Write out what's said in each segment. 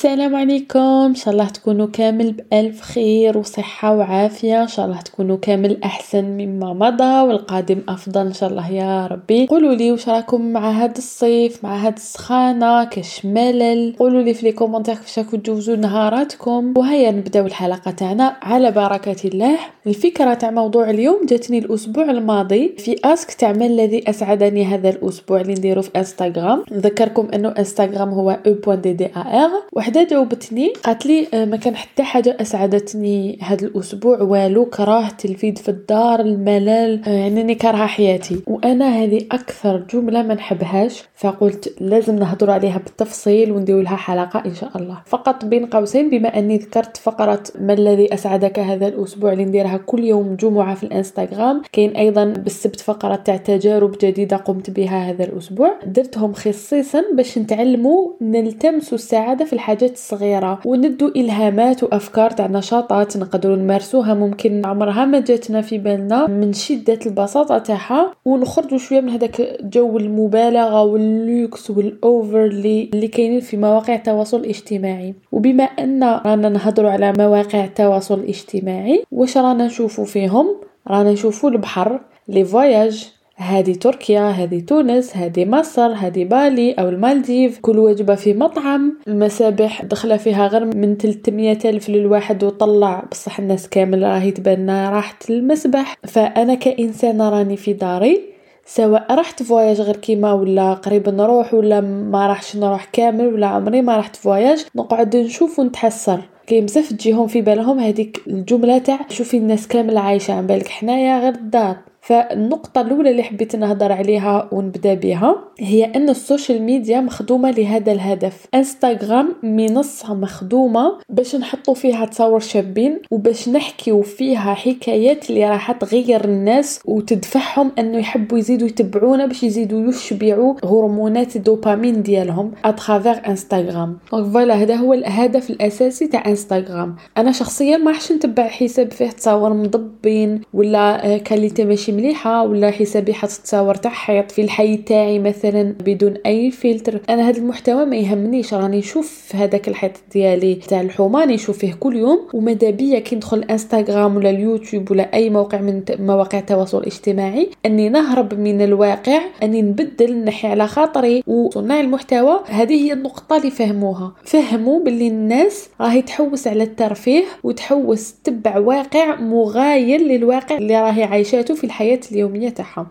السلام عليكم، ان شاء الله تكونوا كامل بألف خير وصحة وعافية. ان شاء الله تكونوا كامل احسن مما مضى والقادم افضل ان شاء الله يا ربي. قولوا لي واش راكم مع هذا الصيف، مع هذا السخانة، كاش ملل؟ قولوا لي في لي كومونتير كيفاش راكم تجوزوا نهاراتكم. وهيا نبداو الحلقة تاعنا على بركة الله. الفكرة تاع موضوع اليوم جاتني الاسبوع الماضي في اسك تاع ما الذي اسعدني هذا الاسبوع اللي نديرو في انستغرام. نذكركم انه انستغرام هو e.ddar. وحده جاوبتني قالت لي ما كان حتى حاجه اسعدتني هذا الاسبوع والو، كرهت الفيد في الدار، الملل، يعني اني كارهه حياتي. وانا هذه اكثر جمله ما نحبهاش، فقلت لازم نهضر عليها بالتفصيل وندير لها حلقه ان شاء الله. فقط بين قوسين، بما اني ذكرت فقره ما الذي اسعدك هذا الاسبوع اللي نديرها كل يوم جمعه في الانستغرام، كاين ايضا بالسبت فقره تاع تجارب جديده قمت بها هذا الاسبوع، درتهم خصيصا باش نتعلموا نلتمسوا السعاده في الحاجات الصغيره وندو الهامات وافكار تاع نشاطات نقدروا نمارسوها ممكن عمرها ما جاتنا في بالنا من شده البساطه تاعها، ونخرجوا شويه من هذاك جو المبالغه واللوكس والاوفر اللي كاينين في مواقع التواصل الاجتماعي. وبما ان رانا نهضروا على مواقع التواصل الاجتماعي، واش رانا نشوفوا فيهم؟ رانا نشوفوا البحر، لي فواياج، هذه تركيا، هذه تونس، هذه مصر، هذه بالي أو المالديف، كل وجبة في مطعم، المسابح دخل فيها غير من 300,000 للواحد وطلع، بصح الناس كامل راهي تبنى راحت المسبح. فأنا كإنسانة راني في داري، سواء رحت فواياج غير كيما ولا قريب نروح ولا ما راحش نروح كامل ولا عمري ما رحت فواياج، نقعد نشوف ونتحسر. كاين بزاف تجيهم في بالهم هذيك الجملة تاع شوفي الناس كامل عايشة عن بالك حنايا غير الدار. فالنقطة الأولى اللي حبيت نهضر عليها ونبدأ بها هي أن السوشيال ميديا مخدومة لهذا الهدف. انستغرام منصة مخدومة باش نحطوا فيها تصور شابين وباش نحكيو فيها حكايات اللي راح تغير الناس وتدفعهم أنه يحبوا يزيدوا يتبعونا باش يزيدوا يشبعوا هرمونات الدوبامين ديالهم اترافير انستغرام. فوالا هذا هو الهدف الأساسي تاع انستغرام. أنا شخصيا ما راحش نتبع حساب فيه تصور مضبين ولا كاليتي ماشي مليحه ولا حسابي حاط تصاور تاع حيط في الحي تاعي مثلا بدون اي فلتر. انا هذا المحتوى ما يهمنيش، راني نشوف هذاك الحيط ديالي تاع الحومه نشوف فيه كل يوم، ومدابيا كي ندخل انستغرام ولا اليوتيوب ولا اي موقع من مواقع التواصل الاجتماعي اني نهرب من الواقع، اني نبدل نحي على خاطري. وصناع المحتوى هذه هي النقطه اللي فهموا باللي الناس راهي تحوس على الترفيه وتحوس تتبع واقع مغاير للواقع اللي راهي عايشاته في الحياة اليومية تاعهم.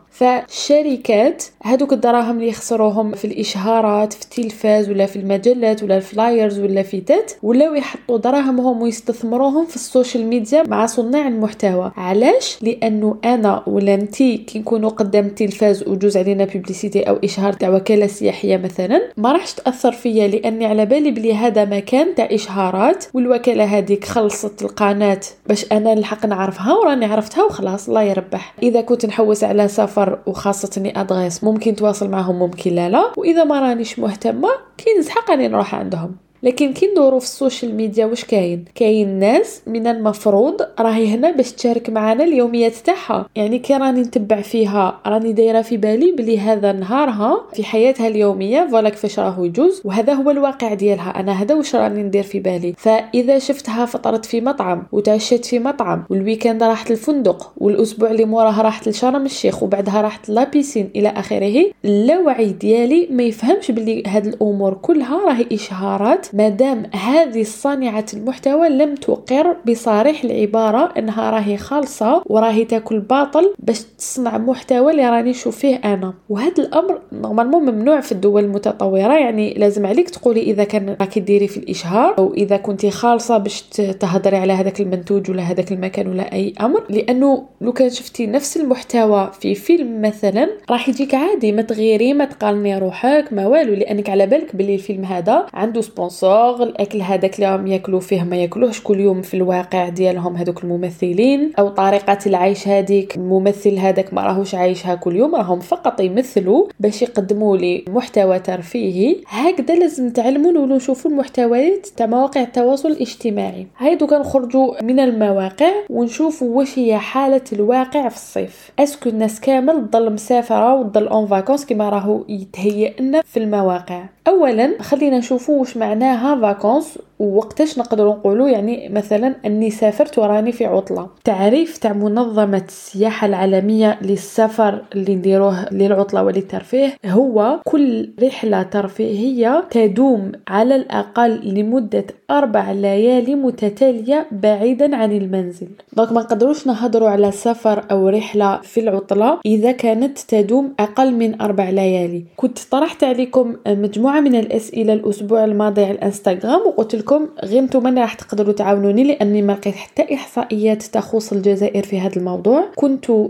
فالشركات هذوك الدراهم اللي يخسروهم في الإشهارات في التلفاز ولا في المجلات ولا الفلايرز ولا فيتات، ولاو يحطوا دراهمهم ويستثمروهم في السوشيال ميديا مع صناع المحتوى. علاش؟ لأنه أنا ولا انتي كي نكونوا قدام التلفاز وجوز علينا بيبليسيتي أو إشهار تاع وكالة سياحية مثلا، ما راحش تأثر فيا لأني على بالي بلي هذا مكان تاع إشهارات والوكالة هذيك خلصت القناة باش أنا نلحق نعرفها وراني عرفتها وخلاص الله يربح. إذا كنت نحوس على سفر وخاصة اني ادغيس ممكن تواصل معهم ممكن لا، واذا ما رانيش مهتمه كي نزحق اني نروح عندهم. لكن كي ندورو في السوشيال ميديا واش كاين ناس من المفروض راهي هنا باش تشارك معنا اليوميات تاعها. يعني كي راني نتبع فيها راني دايره في بالي بلي هذا نهارها في حياتها اليوميه فوالا كيفاش راهو يجوز، وهذا هو الواقع ديالها. انا هذا واش راني ندير في بالي. فاذا شفتها فطرت في مطعم وتعشت في مطعم والويكند راحت الفندق والاسبوع اللي موراها راحت لشرم الشيخ وبعدها راحت لابيسين الى اخره، اللاوعي ديالي ما يفهمش بلي هاد الامور كلها راهي اشهارات مادام هذه صانعة المحتوى لم تقر بصريح العبارة انها راهي خالصة وراهي تاكل باطل باش تصنع محتوى اللي راني نشوف فيه انا. وهذا الامر نورمالمون ممنوع في الدول المتطورة. يعني لازم عليك تقولي اذا كان راكي ديري في الاشهار او اذا كنتي خالصة باش تهضري على هذاك المنتوج ولا هذاك المكان ولا اي امر، لانه لو كان شفتي نفس المحتوى في فيلم مثلا راح يجيك عادي، ما تغيري ما تقارني روحك ما والو، لانك على بالك باللي الفيلم هذا عنده سبونسور، الاكل هذاك اللي راهم ياكلوا فيه ما ياكلوهش كل يوم في الواقع ديالهم هذوك الممثلين، او طريقه العيش هذيك الممثل هذاك ما راهوش عايشها كل يوم، راهم فقط يمثلوا باش يقدموا لي محتوى ترفيهي. هكذا لازم نتعلموا ونشوفوا المحتويات تاع مواقع التواصل الاجتماعي. هايدو كنخرجوا من المواقع ونشوفوا واش هي حاله الواقع في الصيف. اسكو الناس كامل تضل مسافره وتضل اون فاكونس كما راهو يتهيئ لنا في المواقع؟ اولا خلينا نشوفوا واش معناها فاكونس ووقتاش نقدر نقولوا يعني مثلا اني سافرت وراني في عطله. تعريف تاع منظمه السياحه العالميه للسفر اللي نديروه للعطله وللترفيه هو كل رحله ترفيهيه تدوم على الاقل لمده 4 ليالي متتاليه بعيدا عن المنزل. دونك ما نقدروش نهضروا على سفر او رحله في العطله اذا كانت تدوم اقل من 4 ليالي. كنت طرحت عليكم مجموعه من الاسئله الاسبوع الماضي على الانستغرام وقلت لكم غير نتوما اللي راح تقدروا تعاونوني لاني ما لقيت حتى احصائيات تخص الجزائر في هذا الموضوع. كنتوا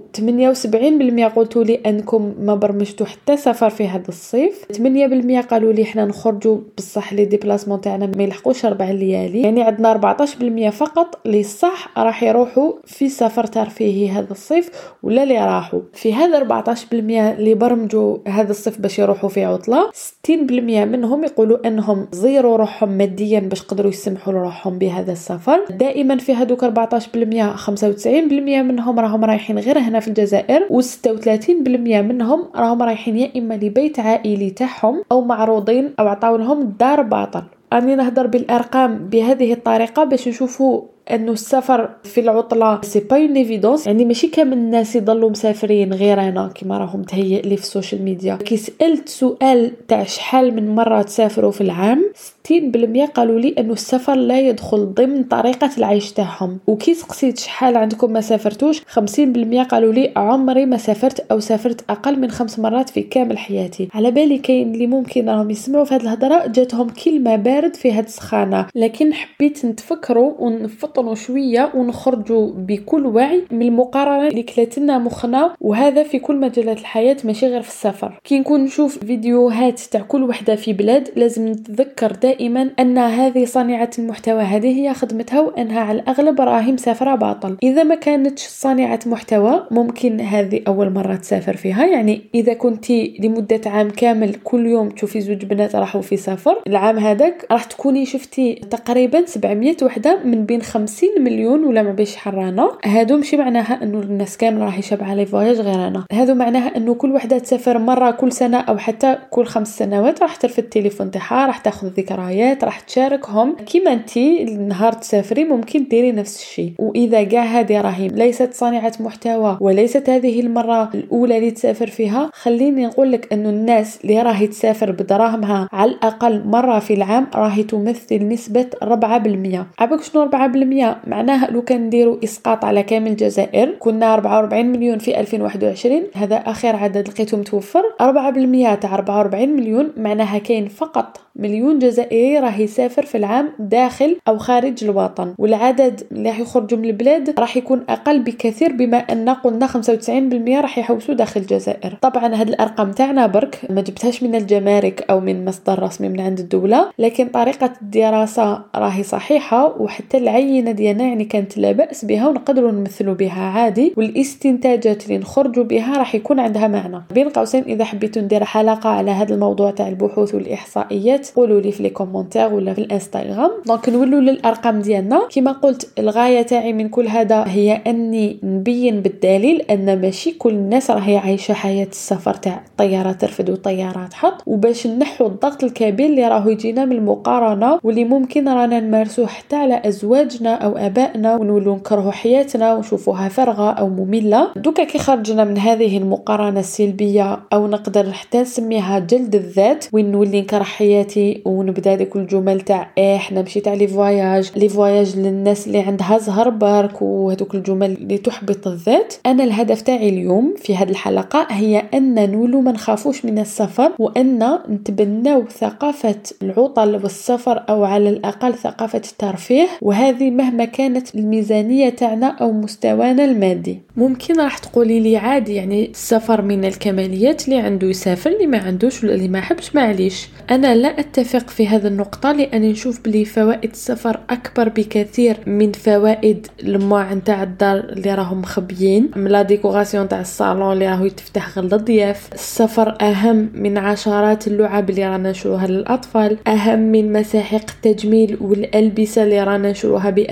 78% قلتوا لي انكم ما برمجتوا حتى سفر في هذا الصيف، 8% قالوا لي احنا نخرجوا بصح لي ديبلاسمون تاعنا ما يلحقوش 4 ليالي، يعني عندنا 14% فقط اللي صح راح يروحوا في سفر ترفيهي هذا الصيف ولا اللي راحوا. في هذا 14% اللي برمجوا هذا الصيف باش يروحوا في عطله، 60% منهم يقولوا انهم زيروا روحهم ماديا باش قدروا يسمحوا لروحهم بهذا السفر. دائما في هذوك 14% 95% منهم راهم رايحين غير هنا في الجزائر، و36% منهم راهم رايحين يا اما لبيت عائلي تاعهم او معروضين او عطاو لهم دار باطل. اني نهضر بالارقام بهذه الطريقه باش نشوفوا انه السفر في العطله سي با اون ايفيدونس، يعني ماشي كامل الناس يضلوا مسافرين غير انا كما راهم تهيئ لي في السوشيال ميديا. كي سالت سؤال تاع شحال من مره تسافروا في العام، 60% قالوا لي انه السفر لا يدخل ضمن طريقه العيش تاعهم. وكي سقسيت شحال عندكم ما سافرتوش، 50% قالوا لي عمري ما سافرت او سافرت اقل من 5 مرات في كامل حياتي. على بالي كاين اللي ممكن راهم يسمعوا في هذه الهضره جاتهم كلمه بارد في هذه السخانه، لكن حبيت نتفكروا ونفطنوا شويه ونخرجوا بكل وعي من المقارنه اللي كلاتنا مخنا، وهذا في كل مجالات الحياه ماشي غير في السفر. كي نكون نشوف فيديوهات تاع كل وحده في بلاد لازم نتذكر دائما ان هذه صانعه المحتوى هذه هي خدمتها وانها على الاغلب راهي مسافره باطل. اذا ما كانتش صانعه محتوى ممكن هذه اول مره تسافر فيها، يعني اذا كنتي لمده عام كامل كل يوم تشوفي زوج بنات راحوا في سفر، العام هذاك راح تكوني شفتي تقريبا 700 وحده من بين 50 مليون ولا ما بيش حرانا. هادو ماشي معناها انه الناس كامل راهي شابعه لي فواياج غير انا، هادو معناها انه كل وحده تسافر مره كل سنه او حتى كل 5 سنوات راح ترفد التليفون تاعها، راح تاخذ ذكريات راح تشاركهم. كيما انتي النهار تسافري ممكن ديري نفس الشيء. واذا كاع هذه راهي ليست صانعه محتوى وليست هذه المره الاولى اللي تسافر فيها، خليني نقول لك انه الناس اللي راهي تسافر بدراهمها على الاقل مره في العام راهي تمثل نسبه 4%. عباك شنو 4%؟ معناها لو كان نديروا اسقاط على كامل الجزائر كنا 44 مليون في 2021، هذا اخر عدد لقيته متوفر. 4% تاع 44 مليون معناها كاين فقط مليون جزائري راح يسافر في العام داخل او خارج الوطن، والعدد اللي راح يخرجوا من البلاد راح يكون اقل بكثير بما ان قلنا 95% راح يحوسوا داخل الجزائر. طبعا هذه الارقام تاعنا برك ما جبتهاش من الجمارك او من مصدر رسمي من عند الدوله، لكن طريقه الدراسه راهي صحيحه وحتى العينه ديالنا يعني كانت لا باس بها ونقدروا نمثلوا بها عادي، والاستنتاجات اللي نخرجوا بها راح يكون عندها معنى. بين قوسين اذا حبيتوا ندير حلقه على هذا الموضوع تاع البحوث والاحصائيات قولوا لي في لي كومونتير ولا في الانستغرام. دونك نولوا للارقام ديالنا. كما قلت الغايه تاعي من كل هذا هي اني نبين بالدليل ان ماشي كل الناس راهي عايشه حياه السفر تاع طياره ترفد وطياره تحط، وباش نحو الضغط الكبير اللي راهو يجينا من المقارنه واللي ممكن رانا نمارسوه حتى على ازواجنا او ابائنا ونولوا نكرهوا حياتنا ونشوفوها فارغه او ممله. دوكا كي خرجنا من هذه المقارنه السلبيه او نقدر حتى نسميها جلد الذات وين نولي نكره حياتي ونبدا ديك الجمل تاع احنا مشيت على لي فواياج للناس اللي عندها زهر برك وهذوك الجمل اللي تحبط الذات. انا الهدف تاعي اليوم في هذه الحلقه هي ان نولوا ما نخافوش من السفر وان نتبناو ثقافه العطل والسفر او على الاقل ثقافه الترفيه، وهذه مهما كانت الميزانيه تاعنا او مستوانا المادي. ممكن راح تقولي لي عادي يعني السفر من الكماليات، اللي عنده يسافر اللي ما عندوش ولا اللي ما حبش معليش. انا لا اتفق في هذه النقطه لاني نشوف بلي فوائد السفر اكبر بكثير من فوائد المواعن تاع الدار اللي راهم مخبيين، من لا ديكوراسيون تاع الصالون اللي راهو يتفتح غير للضياف. السفر اهم من عشرات اللعب اللي رانا نشروها للاطفال، اهم من مساحيق التجميل والالبسه اللي رانا نشروها ب2000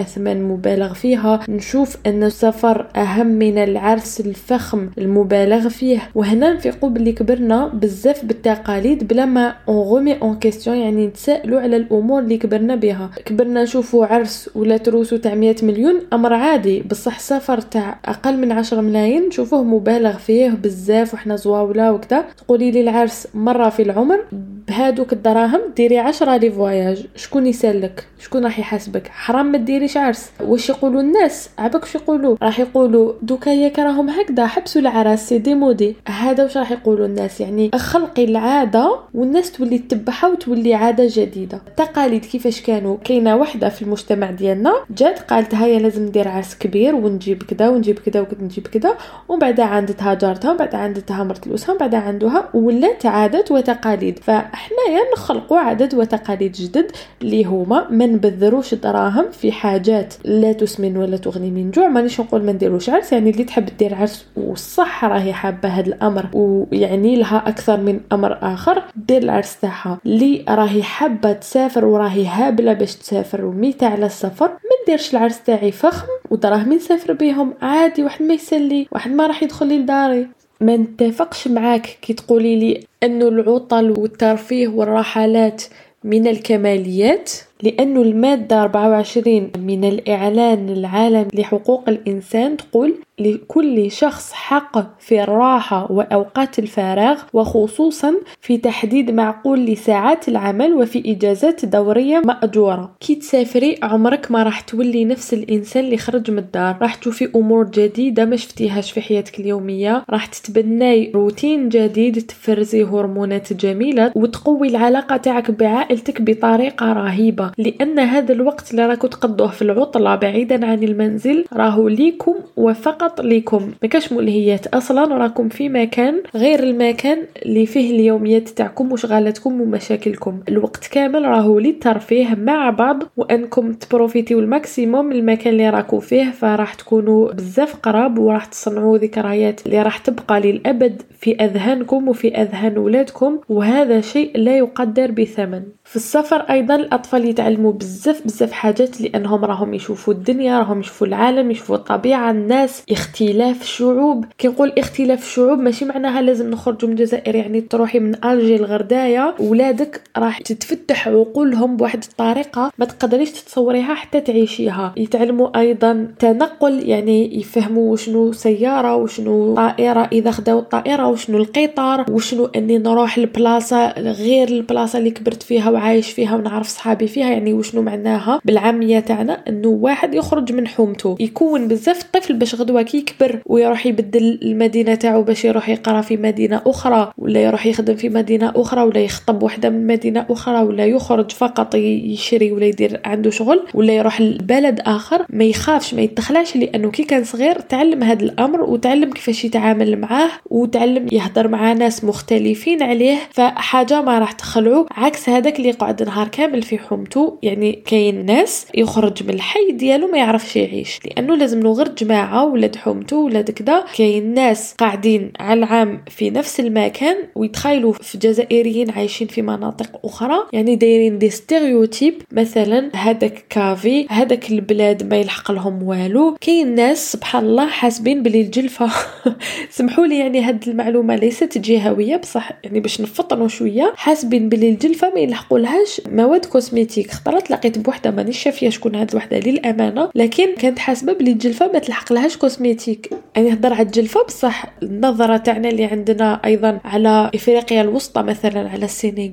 بأثمان مبالغ فيها. نشوف أن السفر أهم من العرس الفخم المبالغ فيه. وهنا نفيقوا باللي كبرنا بزاف بالتقاليد بلا ما نغمي اون كيستيون، يعني نتسائلوا على الأمور اللي كبرنا بها. كبرنا نشوفوا عرس ولا تروسو تاع 100 مليون أمر عادي، بصح سفر تاع أقل من 10 ملايين نشوفوه مبالغ فيه بزاف وحنا زواولا وكذا. تقولي لي العرس مرة في العمر بهادوك الدراهم ديري 10 لي فواياج، شكون يسالك؟ شكون راح يحاسبك؟ حرام ما ديريش عرس. واش يقولوا الناس؟ عباك واش يقولوا؟ راح يقولوا دوكا ياك راهم هكذا حبسوا العراس سي دي مودي. هذا واش راح يقولوا الناس؟ يعني خلقي العاده والناس تولي تتبعها وتولي عاده جديده. التقاليد كيفاش كانوا؟ كاينه وحده في المجتمع ديالنا جات قالت هيا لازم ندير عرس كبير ونجيب كذا ونجيب كذا ونجيب كذا، ومن بعد عندها جارتها، ومن بعد عندها مرت الوسها، ومن بعد عندها ولات عادات وتقاليد. فاحنايا نخلقوا عادات وتقاليد جدد اللي هما ما نبذروش دراهم في حاجات لا تسمن ولا تغني من جوع. مانيش نقول ما نديروش عرس، يعني اللي تحب دير عرس والصح راهي حابه هذا الامر ويعني لها اكثر من امر اخر دير العرس تاعها. اللي راهي حابه تسافر وراهي هابله باش تسافر وميته على السفر، ما نديرش العرس تاعي فخم ودراهم نسافر بهم عادي، واحد ما يسلي، واحد ما راح يدخل لي لداري. ما نتفقش معاك كي تقولي لي انه العطل والترفيه والرحلات من الكماليات، لأنه المادة 24 من الإعلان العالمي لحقوق الإنسان تقول لكل شخص حق في الراحة وأوقات الفراغ، وخصوصا في تحديد معقول لساعات العمل وفي إجازات دورية مأجورة. كي تسافري عمرك ما راح تولي نفس الإنسان اللي خرج من الدار، راح تشوفي أمور جديدة ما شفتيهاش في حياتك اليومية، راح تتبناي روتين جديد، تفرزي هرمونات جميلة وتقوي العلاقة تاعك بعائلتك بطريقة رهيبة. لأن هذا الوقت اللي راكو تقضوه في العطلة بعيدا عن المنزل راهو ليكم وفقط ليكم، ما كاش ملهيات أصلا، راكم في مكان غير المكان اللي فيه اليوميات تاعكم وشغالاتكم ومشاكلكم. الوقت كامل راهو للترفيه مع بعض وأنكم تبروفيتيو الماكسيموم المكان اللي راكو فيه، فراح تكونوا بزاف قراب وراح تصنعوا ذكريات اللي راح تبقى للأبد في أذهانكم وفي أذهان ولادكم، وهذا شيء لا يقدر بثمن. في السفر أيضا الأطفال يتعلموا بزاف حاجات، لأنهم راهم يشوفوا الدنيا، راهم يشوفوا العالم، يشوفوا الطبيعة، الناس، اختلاف الشعوب. كي نقول اختلاف الشعوب ماشي معناها لازم نخرجوا من الجزائر، يعني تروحي من ألجي لغردايا ولادك راح تتفتح عقولهم بواحد الطريقة ما تقدريش تتصوريها حتى تعيشيها. يتعلموا أيضا تنقل، يعني يفهموا وشنو سيارة وشنو طائرة إذا خداو الطائرة، وشنو القطار، وشنو أني نروح لبلاصة غير البلاصة اللي كبرت فيها وعايش فيها ونعرف صحابي فيها. يعني وشنو معناها بالعامية تاعنا انه واحد يخرج من حومته، يكون بزاف الطفل باش غدوة كي يكبر ويروح يبدل المدينة تاعو باش يروح يقرا في مدينة اخرى، ولا يروح يخدم في مدينة اخرى، ولا يخطب وحده من مدينة اخرى، ولا يخرج فقط يشري ولا يدير عنده شغل، ولا يروح لبلد اخر، ما يخافش ما يتخلاش، لانه كي كان صغير تعلم هذا الامر وتعلم كيفاش يتعامل معاه وتعلم يهدر مع ناس مختلفين عليه، فحاجة ما راح تخلعه. عكس هذاك اللي قعد نهار كامل في حومته. يعني كاين ناس يخرج من الحي ديالو ما يعرفش يعيش، لانه لازم له غير جماعه ولاد حومته ولاد كذا. كاين ناس قاعدين على العام في نفس المكان ويتخيلوا في جزائريين عايشين في مناطق اخرى، يعني دايرين دي ستيريوتيب، مثلا هذاك كافي، هذاك البلاد ما يلحق لهم والو. كاين ناس سبحان الله حاسبين بلي الجلفه سمحوا لي يعني هذه المعلومه ليست جهويه بصح يعني باش نفطنوا شويه، حاسبين بلي الجلفه ما يلحقوا لهاش مواد كوسميتيك. خطرت لقيت بوحده مانيش شافيه شكون هاد الوحده للامانه، لكن كانت حاسبه بلي الجلفه ما تلحق لهاش كوسميتيك. يعني هضر على الجلفه بصح النظره تاعنا اللي عندنا ايضا على افريقيا الوسطى، مثلا على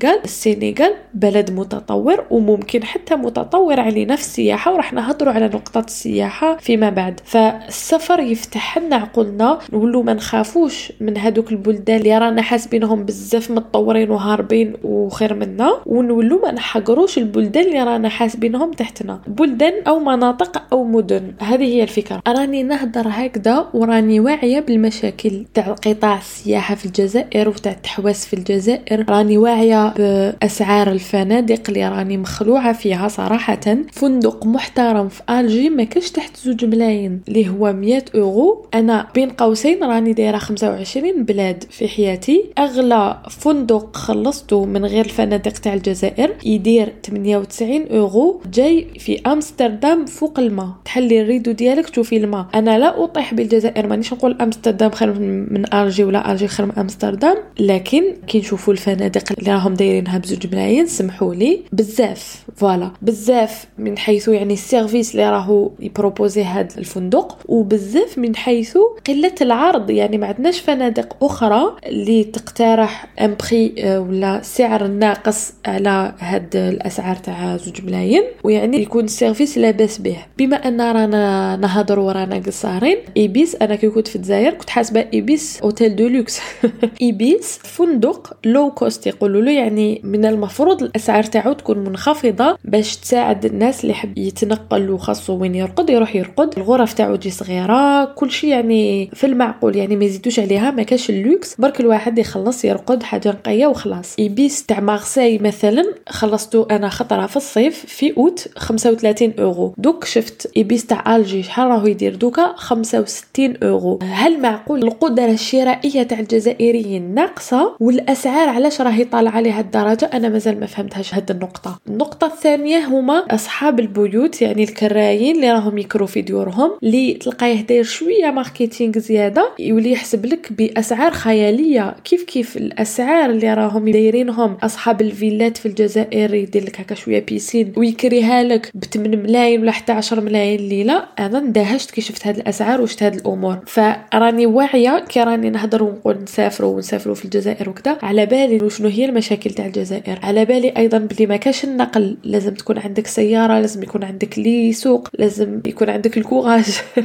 السنغال بلد متطور وممكن حتى متطور على نفس السياحه، وراح نهضروا على نقطه السياحه فيما بعد. فالسفر يفتح لنا عقولنا، نولوا ما نخافوش من هذوك البلدان اللي رانا حاسبينهم بزاف متطورين وهاربين وخير منا، ونولوا ما نحقروش البلدان اللي رانا حاسبينهم تحتنا، بلدان او مناطق او مدن. هذه هي الفكره. راني نهضر هكذا وراني واعيه بالمشاكل تاع قطاع السياحه في الجزائر وتاع التحواس في الجزائر، راني واعيه باسعار الفنادق اللي راني مخلوعه فيها صراحه. فندق محترم في ألجي ما كاش تحت 2 ملايين اللي هو 100 يورو. انا بين قوسين راني دايره 25 بلاد في حياتي. اغلى فندق خلصته من غير الفنادق تاع الجزائر يدير 38 98 اورو جاي في امستردام فوق الماء، تحلي الريدو ديالك تشوفي الماء. انا لا اطيح بالجزائر، مانيش نقول امستردام خير من الجي ولا الجي خير من امستردام، لكن كي نشوفوا الفنادق اللي راهم دايرينها ب2 ملايين سمحوا لي بزاف، فوالا بزاف من حيث يعني السيرفيس اللي راهو يبروبوزي هذا الفندق، وبزاف من حيث قله العرض. يعني ما عندناش فنادق اخرى اللي تقترح ام بري ولا سعر ناقص على هاد الاسعار تاع 2 ملايين، ويعني يكون السيرفيس لاباس به. بما ان رانا نهضروا ورانا قصارين، ايبيس انا كي كنت في الجزائر كنت حاسبه ايبيس اوتيل دو لوكس ايبيس فندق لو كوست يقولوا له، يعني من المفروض الاسعار تاعو تكون منخفضه باش تساعد الناس اللي يحب يتنقل وخاصه وين يرقد يروح يرقد. الغرف تاعو تجي صغيره، كل شيء يعني في المعقول، يعني ما يزيدوش عليها، ما كاش اللوكس، برك الواحد يخلص يرقد حاجه نقيه وخلاص. ايبيس تاع مارسي مثلا خلصتو انا خطره في الصيف في اوت 35 اورو، دوك شفت ايبيس تاع الجي شحال راهو يدير دوكا 65 اورو. هل معقول القدره الشرائيه تاع الجزائريين ناقصه والاسعار علاش راهي طالعه عليها الدرجه؟ انا مازال ما فهمتهاش هاد النقطه. النقطه الثانيه هما اصحاب البيوت، يعني الكرايين اللي راهم يكرو في ديورهم، اللي تلقايه داير شويه ماركتينغ زياده، يولي يحسب لك باسعار خياليه، كيف الاسعار اللي راهم دايرينهم اصحاب الفيلات في الجزائر، يدير لك هكا شويه بيسين ويكريها لك ب 8 ملايين ولا حتى 10 ملايين ليله. انا اندهشت كي شفت هاد الاسعار وشفت هاد الامور، فراني واعيه كي راني نهضر ونقول نسافروا في الجزائر وكذا، على بالي شنو هي المشاكل تاع الجزائر، على بالي ايضا بلي ما كاش النقل، لازم تكون عندك سياره، لازم يكون عندك لي سوق، لازم يكون عندك الكوراج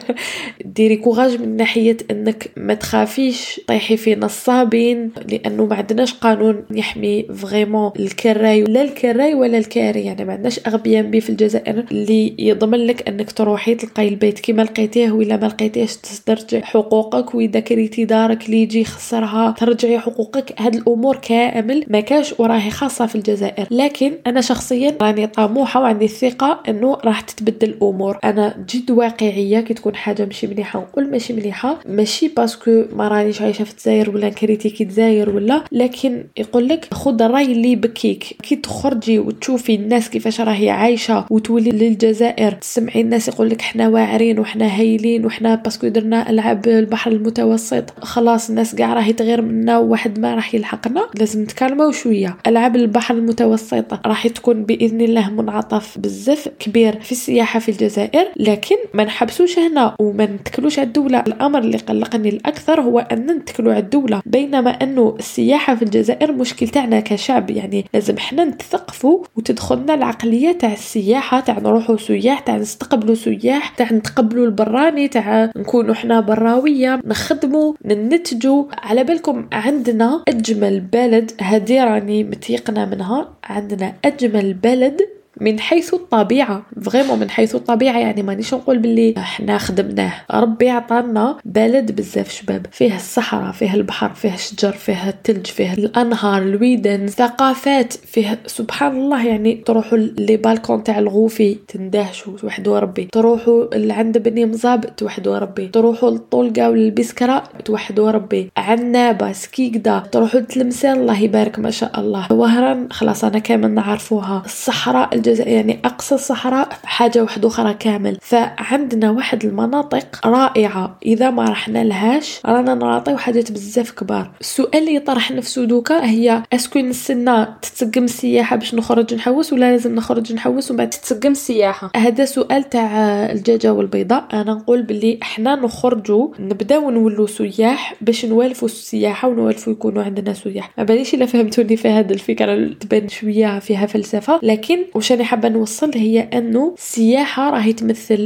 ديري كوراج من ناحيه انك ما تخافيش طيحي في نصابين، لانه ما عندناش قانون يحمي فريمون الكراي، لا الكراي ولا الكاري، يعني ما عندناش اغبياء بي في الجزائر اللي يضمن لك انك تروحي تلقاي البيت كيما لقيتيه، ولا ما لقيتيهش تسترجع حقوقك، واذا كريتي دارك اللي يجي يخسرها ترجعي حقوقك. هاد الامور كامل ما كاش وراهي خاصه في الجزائر. لكن انا شخصيا راني طموحه وعندي الثقه انه راح تتبدل الامور. انا جد واقعيه، كي تكون حاجه ماشي مليحه نقول ماشي مليحه، ماشي باسكو ما رانيش عايشه في الجزائر ولا كريتيكي الجزائر ولا، لكن يقول لك خذ الراي اللي يبكيك. كي تخرجي وتشوفي الناس كيفاش راهي عايشه وتولي للجزائر تسمعي الناس يقول لك احنا واعرين وحنا هايلين وحنا باسكو درنا العاب البحر المتوسط خلاص الناس كاع راهي تغير منا وواحد ما راح يلحقنا، لازم نتكلموا شويه. العاب البحر المتوسط راح تكون باذن الله منعطف بزاف كبير في السياحه في الجزائر، لكن ما نحبسوش هنا وما نتكلوش على الدوله. الامر اللي قلقني الاكثر هو ان نتكلوا على الدوله، بينما انه السياحه في الجزائر مشكل تاعنا كشعب، يعني لازم احنا نتثقفوا وتدخلنا العقليه تاع السياحه، تاع نروحوا سياح، تاع نستقبلوا سياح، تاع نتقبلوا البراني، تاع نكونوا احنا براويه، نخدموا ننتجوا. على بالكم عندنا اجمل بلد، هذه راني متيقنه منها، عندنا اجمل بلد من حيث الطبيعه، فريمون من حيث الطبيعه، يعني مانيش نقول باللي احنا خدمناه، ربي عطانا بلد بزاف شباب، فيه الصحراء، فيه البحر، فيه الشجر، فيه الثلج، فيه الانهار، الويدن، ثقافات، فيه سبحان الله. يعني تروحوا لي بالكون تاع الغوفي تندهشوا توحدوا ربي، تروحوا لعند بني مزاب توحدوا ربي، تروحوا للطولقه والبسكره توحدوا ربي، عنابه، سكيكدا، تروحوا لتلمسان الله يبارك ما شاء الله، وهران خلاص انا كامل نعرفوها، الصحراء الجزائر يعني اقصى الصحراء حاجه واحده اخرى كامل. فعندنا واحد المناطق رائعه اذا ما رحنا لهاش رانا نعطيو حاجات بزاف كبار. السؤال اللي يطرح نفسه دوكا هي اسكو نستنى تتسقم السياحه باش نخرج نحوس، ولا لازم نخرج نحوس وبعد تتسقم السياحه؟ هذا سؤال تاع الدجاجه والبيضه. انا نقول باللي احنا نخرجوا نبداو نولوا سياح باش نوالفوا السياحه ونوالفوا يكونوا عندنا سياح. ما باليش الا فهمتوني في هذه الفكره، تبان شويه فيها فلسفه، لكن واش انا حابه نوصل هي انه السياحه راهي تمثل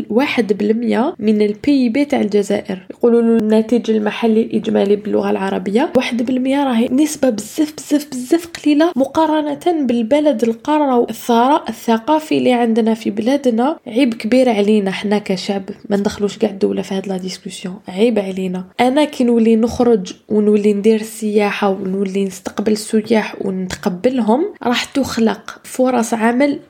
1% من البي بي تاع الجزائر. يقولوا الناتج المحلي الاجمالي باللغه العربيه 1%، راهي نسبه بزاف قليله مقارنه بالبلد القاره والثراء الثقافي اللي عندنا في بلادنا. عيب كبير علينا احنا كشعب، ما ندخلوش كاع الدوله في هذه لا ديسكوسيون، عيب علينا. انا كي نولي نخرج ونولي ندير السياحه ونولي نستقبل السياح ونتقبلهم، راح تخلق فرص عمل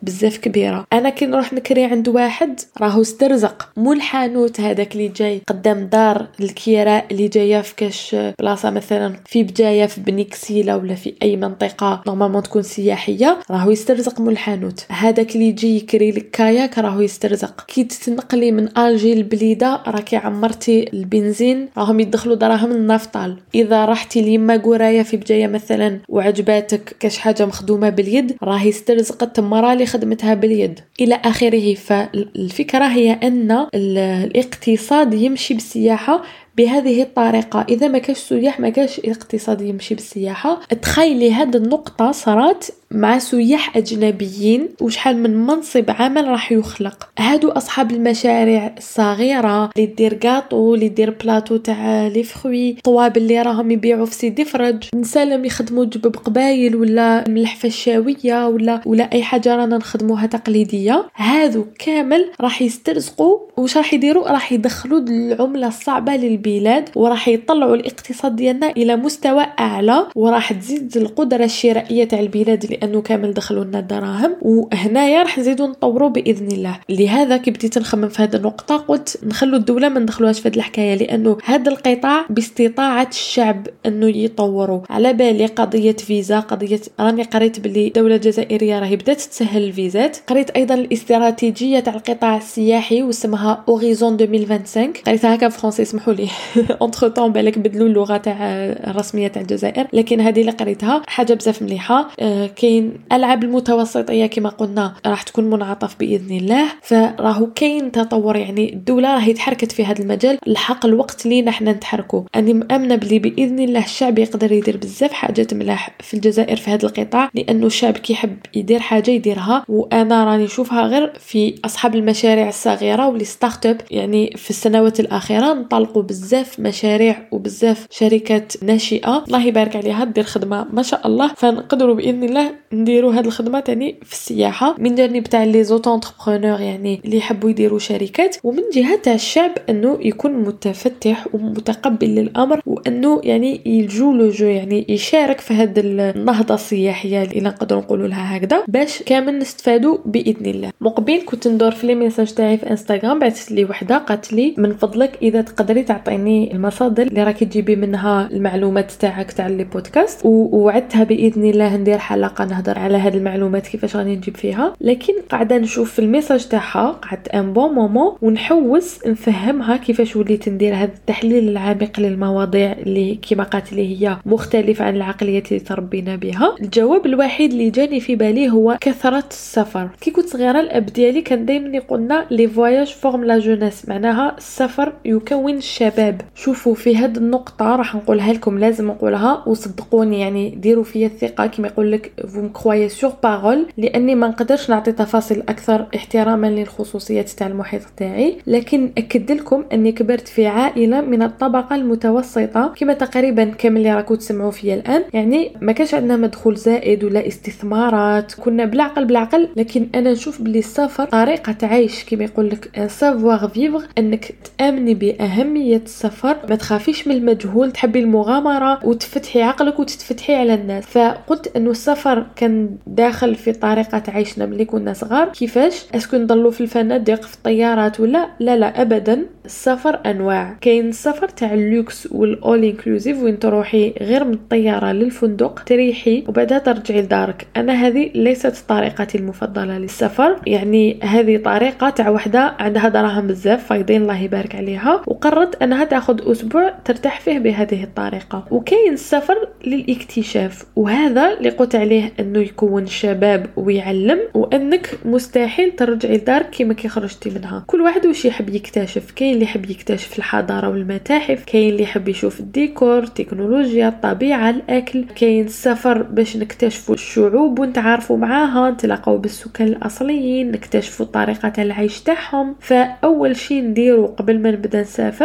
بزاف كبيره. انا كي نروح نكري عند واحد راهو استرزق مو الحانوت هذاك اللي جاي قدام دار الكيراء اللي جايه في كاش بلاصه مثلا في بجايه في بنيكسيله ولا في اي منطقه نورمالمون تكون سياحيه، راهو يسترزق مول الحانوت. هذاك اللي يجي يكري لك كاياك راهو يسترزق. كي تتنقلي من الجي لبليده راكي عمرتي البنزين راهم يدخلوا دراهم النفطال. اذا رحتي ليما قرايه في بجايه مثلا وعجباتك كاش حاجه مخدومه باليد راهي استرزقت المراه اللي خدمتها باليد الى اخره. فالفكره هي ان الاقتصاد يمشي بالسياحه بهذه الطريقة. إذا ما كاش سياح ما كاش اقتصاد يمشي بالسياحة. تخيلي هذه النقطة صارت مع سياح أجنبيين وشحال من منصب عمل راح يخلق. هادو أصحاب المشاريع الصغيرة اللي دير قاطو اللي دير بلاطو تاع لي فخوي، طواب اللي راهم يبيعوا في سيدي فرج، نسالم يخدموا جبب قبايل ولا ملحفة الشاوية ولا أي حاجة رانا نخدموها تقليدية. هادو كامل راح يسترزقوا. وش راح يديروا؟ راح يدخلوا العملة الصعبة للبلاد وراح يطلعوا الاقتصاد ديالنا إلى مستوى أعلى، وراح تزيد القدرة الشرائية تاع البلاد لانه كامل دخلوا لنا الدراهم. وهنايا راح نزيدوا نطوروا باذن الله. لهذا كي بديت نخمم في هذه النقطه قلت نخلوا الدوله ما ندخلوهاش في هذه الحكايه، لانه هذا القطاع باستطاعه الشعب انه يطوروا. على بالي قضيه فيزا، قضيه راني قريت باللي الدوله الجزائريه راهي بدات تسهل الفيزات. قريت ايضا الاستراتيجيه تاع القطاع السياحي واسمها اوريزون 2025. قريتها هكا في فرنسي اسمحوا لي اونتر طون بالك بدلوا اللغه تاع الرسميه تاع الجزائر، لكن هذه اللي قريتها حاجه بزاف مليحه. كاين العاب المتوسطيه كما قلنا راح تكون منعطف باذن الله. فراهو كاين تطور، يعني الدوله راهي تحركت في هذا المجال. الحق الوقت لينا احنا نتحركوا. اني مامنه بلي باذن الله الشعب يقدر يدير بزاف حاجات ملاح في الجزائر في هذا القطاع، لانه الشعب كيحب يدير حاجه يديرها. وانا راني نشوفها غير في اصحاب المشاريع الصغيره واللي ستارت اب. يعني في السنوات الاخيره انطلقوا بزاف مشاريع وبزاف شركات ناشئه الله يبارك عليها دير خدمه ما شاء الله. فنقدروا باذن الله نديروا هذه الخدمه تاني في السياحه من جانب تاع لي زوتونتربرونور، يعني اللي يحبوا يديروا شركات، ومن جهه تاع الشعب انه يكون متفتح ومتقبل للامر، وانه يعني يلجو لو جو، يعني يشارك في هذه النهضه السياحيه اللي نقدروا نقولوا لها هكذا، باش كامل نستفادوا باذن الله. مقبل كنت ندور في لي ميساج تاعي في انستغرام، بعثت لي وحده قالت لي من فضلك اذا تقدري تعطيني المصادر اللي راكي تجيبي منها المعلومات تاعك تاع لي بودكاست، ووعدتها باذن الله ندير حلقه نهضر على هذه المعلومات كيفاش راني نجيب فيها. لكن قاعده نشوف في الميساج تاعها قعدت ان بون مومون ونحوس نفهمها كيفاش وليت ندير هذا التحليل العميق للمواضيع اللي كما قالت لي هي مختلفه عن العقليه اللي تربينا بها. الجواب الوحيد اللي جاني في بالي هو كثره السفر. كي كنت صغيره الاب ديالي كان دائما يقولنا لي فواياج فورم لا جونيس، معناها السفر يكون الشباب. شوفوا في هذه النقطه راح نقولها لكم، لازم نقولها وصدقوني، يعني ديروا فيا الثقه كما يقول لك vous me croyez sur parole، لاني ما نقدرش نعطي تفاصيل اكثر احتراما للخصوصيات تاع المحيط تاعي. لكن اكد لكم اني كبرت في عائله من الطبقه المتوسطه كما تقريبا كامل اللي راكم تسمعوا فيا الان. يعني ما كانش عندنا مدخول زائد ولا استثمارات، كنا بالعقل. لكن انا نشوف بلي السفر طريقه عيش كما يقول لك سافوار فيفر، انك تامني باهميه السفر، ما تخافيش من المجهول، تحبي المغامره وتفتحي عقلك وتتفتحي على الناس. فقلت انه السفر كان داخل في طريقه عيشنا ملي كنا صغار. كيفاش اسكو نضلوا في الفنادق في الطيارات ولا لا ابدا. السفر انواع، كاين السفر تاع اللوكس والاول انكلوزيف وين تروحي غير من الطياره للفندق تريحي وبعدها ترجعي لدارك. انا هذه ليست طريقتي المفضله للسفر، يعني هذه طريقه تاع وحده عندها دراهم بزاف فايضين الله يبارك عليها وقررت انها تاخذ اسبوع ترتاح فيه بهذه الطريقه. وكاين السفر للاكتشاف، وهذا اللي قلت عليه انه يكون شباب ويعلم، وانك مستحيل ترجعي لدارك كيما كي خرجتي منها. كل واحد واش يحب يكتشف. كاين اللي يحب يكتشف الحضاره والمتاحف، كاين اللي يحب يشوف الديكور، التكنولوجيا، الطبيعه، الاكل. كاين السفر باش نكتشفوا الشعوب ونتعارفوا معاها، نتلاقاو بالسكان الاصليين، نكتشفوا طريقه العيش تاعهم. فاول شيء نديرو قبل ما نبدا نسافر هي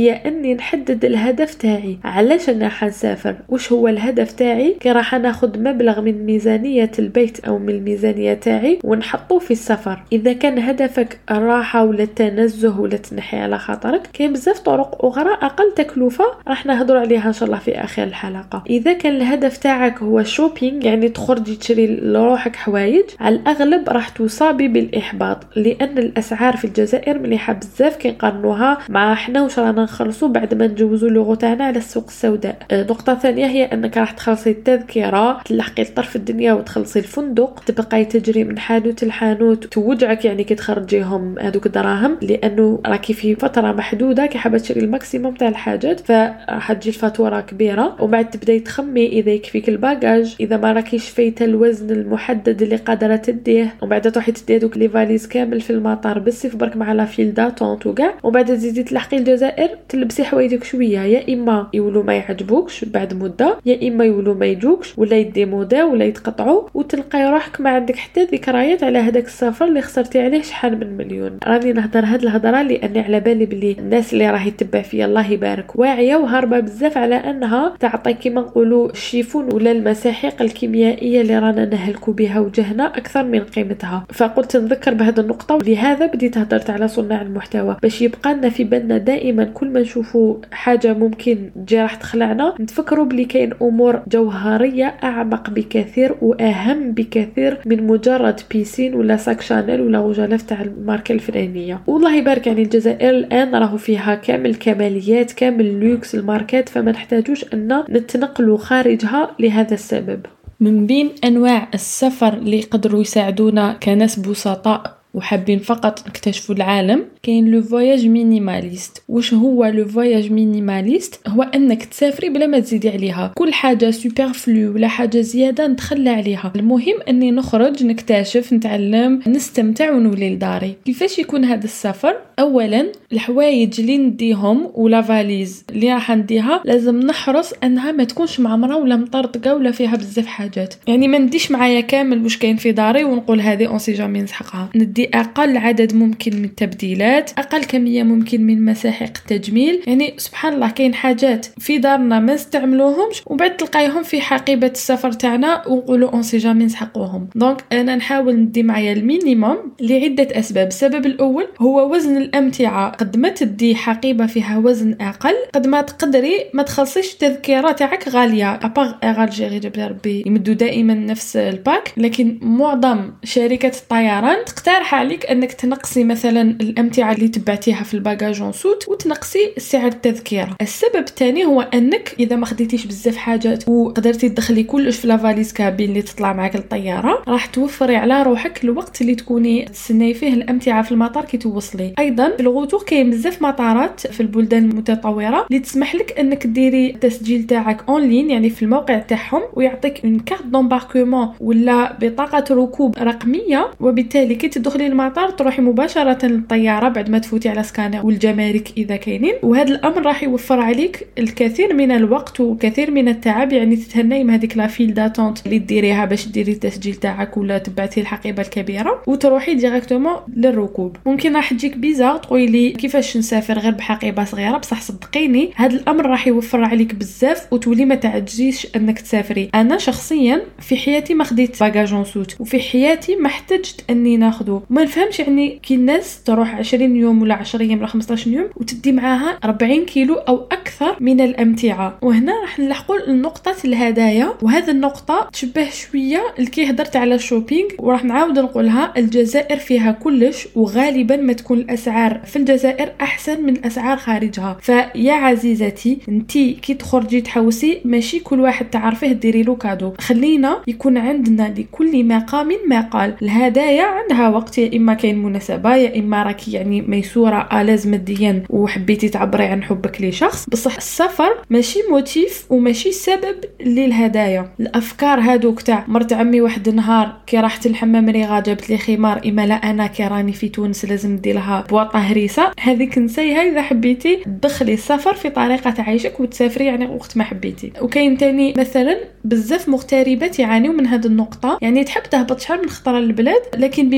هي اني نحدد الهدف تاعي. علاش انا حنسافر؟ وش هو الهدف تاعي؟ كي راح ناخذ مبلغ من ميزانية البيت او من الميزانية تاعي ونحطه في السفر. اذا كان هدفك الراحة ولا التنزه ولا تنحي على خاطرك، كاين بزاف طرق اخرى اقل تكلفة راح نهضر عليها ان شاء الله في اخر الحلقة. اذا كان الهدف تاعك هو شوبينج، يعني تخرجي تشري لروحك حوايج، على الاغلب راح تصابي بالاحباط، لان الاسعار في الجزائر مليحة بزاف كي نقارنوها مع احنا واش رانا نخلصوا بعد ما نجوزوا لوغو تاعنا على السوق السوداء. نقطة ثانية هي انك راح تخلصي التذكرة، تلحقي لطرف الدنيا وتخلصي الفندق، تبقاي تجري من حانوت لحانوت، توجعك يعني كي تخرجيهم هذوك الدراهم، لانه راكي في فترة محدودة كي حابة تشري الماكسيموم تاع الحاجات، فراح تجي الفاتورة كبيرة. وبعد تبداي تخمي اذا يكفيك الباجاج، اذا ما راكيش فايته الوزن المحدد اللي قادره تديه، وبعد تروحي تدي دوك لي فاليز كامل في المطار بالسيف برك مع لا فيل داتونت وكاع، وبعد تزيدي تلحقي الجزائر تلبسي حوايجك شويه، يا اما يولوا ما يعجبوكش بعد مده، يا اما يولوا ما يجوكش ولا يديمودا ولا يتقطعوا، وتلقاي روحك ما عندك حتى ذكريات على هذاك السفر اللي خسرتي عليه شحال من مليون. راني نهضر هاد الهضره لاني على بالي بلي الناس اللي راهي تتبع فيا الله يبارك واعيه وهاربه بزاف على انها تعطي كيما نقولوا الشيفون ولا المساحيق الكيميائيه اللي رانا نهلكوا بها وجهنا اكثر من قيمتها. فقلت نذكر بهذه النقطه، ولهذا بديت هضرت على صناع المحتوى باش يبقى لنا في بالنا دائما كل ما نشوفوا حاجه ممكن تجي راح تخلعنا نتفكروا بلي كاين امور جوهريه اعمق بكثير واهم بكثير من مجرد بيسين ولا ساك شانيل ولا غجاله تاع الماركه الفلانيه. والله يبارك يعني الجزائر الان راهو فيها كامل كماليات كامل لوكس الماركات، فما نحتاجوش ان نتنقلوا خارجها لهذا السبب. من بين انواع السفر اللي يقدروا يساعدونا كناس بسطاء وحابين فقط نكتشفوا العالم، كاين لو فواياج مينيماليست. واش هو لو فواياج مينيماليست؟ هو انك تسافري بلا ما تزيدي عليها كل حاجه سوبرفلو ولا حاجه زياده نتخلى عليها. المهم اني نخرج نكتشف نتعلم نستمتع ونولي لداري. كيفاش يكون هذا السفر؟ اولا الحوايج اللي نديهم ولا فاليز اللي راح نديها لازم نحرص انها ما تكونش معمره ولا مطرطقه ولا فيها بزاف حاجات. يعني ما نديش معايا كامل واش كاين في داري ونقول هذه اون سي جامي نسحقها. ندي اقل عدد ممكن من التبديلات، اقل كميه ممكن من مساحيق التجميل. يعني سبحان الله كاين حاجات في دارنا ما نستعملوهمش وبعد تلقايهم في حقيبه السفر تاعنا ونقولوا اون سي جامي نسحقوهم. دونك انا نحاول ندي معايا المينيموم لعده اسباب. السبب الاول هو وزن الامتعه. قد ما تدي حقيبه فيها وزن اقل قد ما تقدري ما تخلصيش التذكره تاعك غاليه. ابار ايغال جيري جاب ربي يمدوا دائما نفس الباك، لكن معظم شركات الطيران تقترح عليك انك تنقصي مثلا الامتعه اللي تبعتيها في الباجاج اون سوت وتنقصي سعر التذكره. السبب الثاني هو انك اذا ما خديتيش بزاف حاجات وقدرتي تدخلي كلش في لافاليز كابين اللي تطلع معك للطياره، راح توفري على روحك الوقت اللي تكوني تستناي فيه الامتعه في المطار كي توصلي. ايضا في الغوتور كاين بزاف مطارات في البلدان المتطوره اللي تسمح لك انك ديري التسجيل تاعك اون لين يعني في الموقع تاعهم، ويعطيك اون كارت دومباركمون ولا بطاقه ركوب رقميه، وبالتالي كي تدخلي المطار تروحي مباشره للطياره بعد ما تفوتي على سكانر والجمارك اذا كاينين. وهذا الامر راح يوفر عليك الكثير من الوقت والكثير من التعب. يعني تتهني من هذيك لا فيل داتونت اللي ديريها باش ديري التسجيل تاعك ولا تبعتي الحقيبه الكبيره وتروحي ديريكتومون للركوب. ممكن راح تجيك بيزار تقولي لي كيفاش نسافر غير بحقيبه صغيره، بصح صدقيني هذا الامر راح يوفر عليك بزاف وتولي ما تعجزيش انك تسافري. انا شخصيا في حياتي ما خديت باجاج اون سوت وفي حياتي ما احتجت اني ناخذه. ما نفهمش يعني كي الناس تروح 20 يوم ولا 10 ايام ولا 15 يوم وتدي معاها 40 كيلو او اكثر من الامتعه. وهنا راح نلحقوا لنقطه الهدايا، وهذه النقطه تشبه شويه اللي هضرت على الشوبينغ وراح نعاود نقولها. الجزائر فيها كلش وغالبا ما تكون الاسعار في الجزائر احسن من الاسعار خارجها. فيا عزيزتي انتي كي تخرجي تحوسي ماشي كل واحد تعرفيه ديري له كادو. خلينا يكون عندنا لكل مقام مقال. الهدايا عندها وقت، يا اما كاين مناسبه يا اما راكي يعني ميسوره لازم ماديا وحبيتي تعبري عن حبك لشخص. بصح السفر ماشي موتيف وماشي سبب للهدايا. الافكار هادوك تاع مرت عمي واحد النهار كي راحت الحمام ريغا جابت لي خمار، اما لا انا كي راني في تونس لازم ندير لها بواطه هريسه، هذيك نسيها. اذا حبيتي تدخلي السفر في طريقه عيشك وتسافري يعني وقت ما حبيتي. وكاين تاني مثلا بزاف مغتربات يعانيوا من هذه النقطه، يعني تحب تهبط شحال من خطره للبلاد لكن بما انهم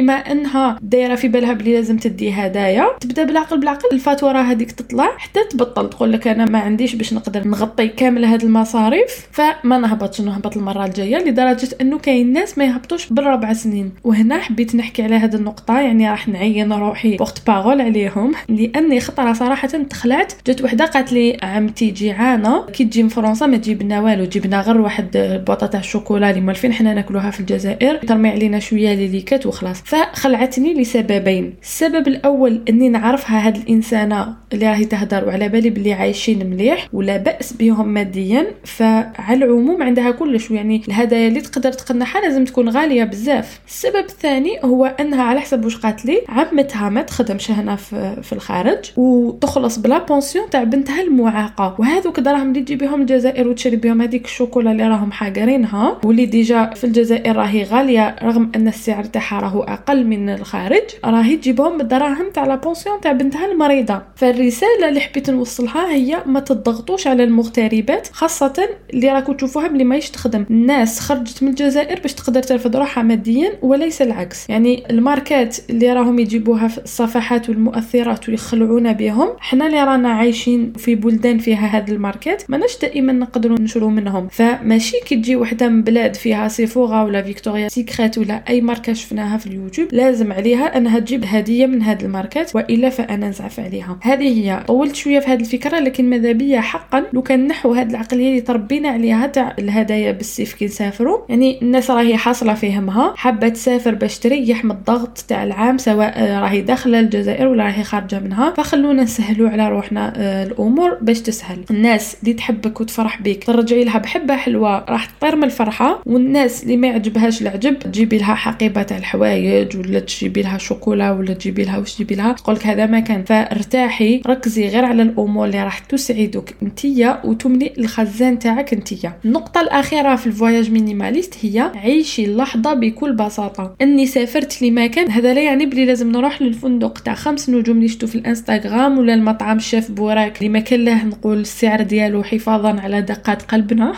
كونها دايره في بالها بلي لازم تدي هدايا، تبدا بالعقل الفاتوره هذيك تطلع حتى تبطل تقول لك انا ما عنديش باش نقدر نغطي كامل هذه المصاريف، فما نهبط المره الجايه، لدرجه انه كاين ناس ما يهبطوش بالربع سنين. وهنا حبيت نحكي على هذه النقطه، يعني راح نعين روحي بورت بارول عليهم، لاني خطره صراحه تخلعت. جات وحده قالت لي عمتي جيعانه، كي تجي من فرنسا ما تجيب لنا والو، جيب لنا غير واحد بوطه تاع الشوكولا اللي مالفين حنا ناكلوها في الجزائر، ترمي علينا شويه ليكات وخلاص. فخلعتني لسببين. السبب الاول اني نعرفها هاد الانسانه اللي راهي تهدر وعلى بالي بلي عايشين مليح ولا باس بهم ماديا، فعلى العموم عندها كلش، يعني الهدايا اللي تقدر تقنعها لازم تكون غاليه بزاف. السبب الثاني هو انها على حسب واش قالت لي عمتها ما تخدمش هنا في الخارج وتخلص بلا بونسيون تاع بنتها المعاقه، وهذوك دراهم اللي تجي بهم الجزائر وتشري بهم هذيك الشوكولا اللي راهم حاقرينها واللي ديجا في الجزائر راهي غاليه رغم ان السعر تاعها راهو اقل من الخارج، راهي تجيبهم بالدراهم تاع لا بونسيون تاع بنتها المريضه. فالرساله اللي حبيت نوصلها هي ما تضغطوش على المغتربات، خاصه اللي راكو تشوفوها بلي مايش تخدم. الناس خرجت من الجزائر باش تقدر ترفد روحها ماديا وليس العكس. يعني الماركات اللي راهم يجيبوها في الصفحات والمؤثرات ويخلعونا بهم، حنا اللي رانا عايشين في بلدان فيها هذه الماركات ماناش دائما نقدروا نشرو منهم. فماشي كي تجي وحده من بلاد فيها سيفورا ولا فيكتوريا سيكريت ولا اي ماركه شفناها في اليوتيوب لازم عليها انها تجيب هديه من هذه الماركات، والا فانا نزعف عليها. هذه هي. طولت شويه في هذه الفكره، لكن ماذا بيا حقا لو كان نحو هذه العقليه اللي تربينا عليها تاع الهدايا بالسيف كي نسافروا. يعني الناس راهي حاصله فهمها، حابه تسافر باش تريح من الضغط تاع العام، سواء راهي داخله الجزائر ولا راهي خارجه منها، فخلونا نسهلوا على روحنا الامور باش تسهل. الناس اللي تحبك وتفرح بك ترجعي لها بحبه حلوه راح تطير من الفرحه، والناس اللي ما يعجبهاش العجب تجيبي لها حقيبه تاع الحوايج ولا تجيبي لها شوكولا ولا تجيبي لها واش تجيبي لها، تقولك هذا ما كان. فارتاحي، ركزي غير على الامور اللي راح تسعدك انتيا وتملي الخزان تاعك انتيا. النقطه الاخيره في الفواياج مينيماليست هي عيشي اللحظه بكل بساطه. اني سافرت لمكان، هذا لا يعني بلي لازم نروح للفندق تاع 5 نجوم اللي شفتو في الانستغرام ولا المطعم الشيف بوراك اللي ما كان له نقول السعر ديالو حفاظا على دقات قلبنا.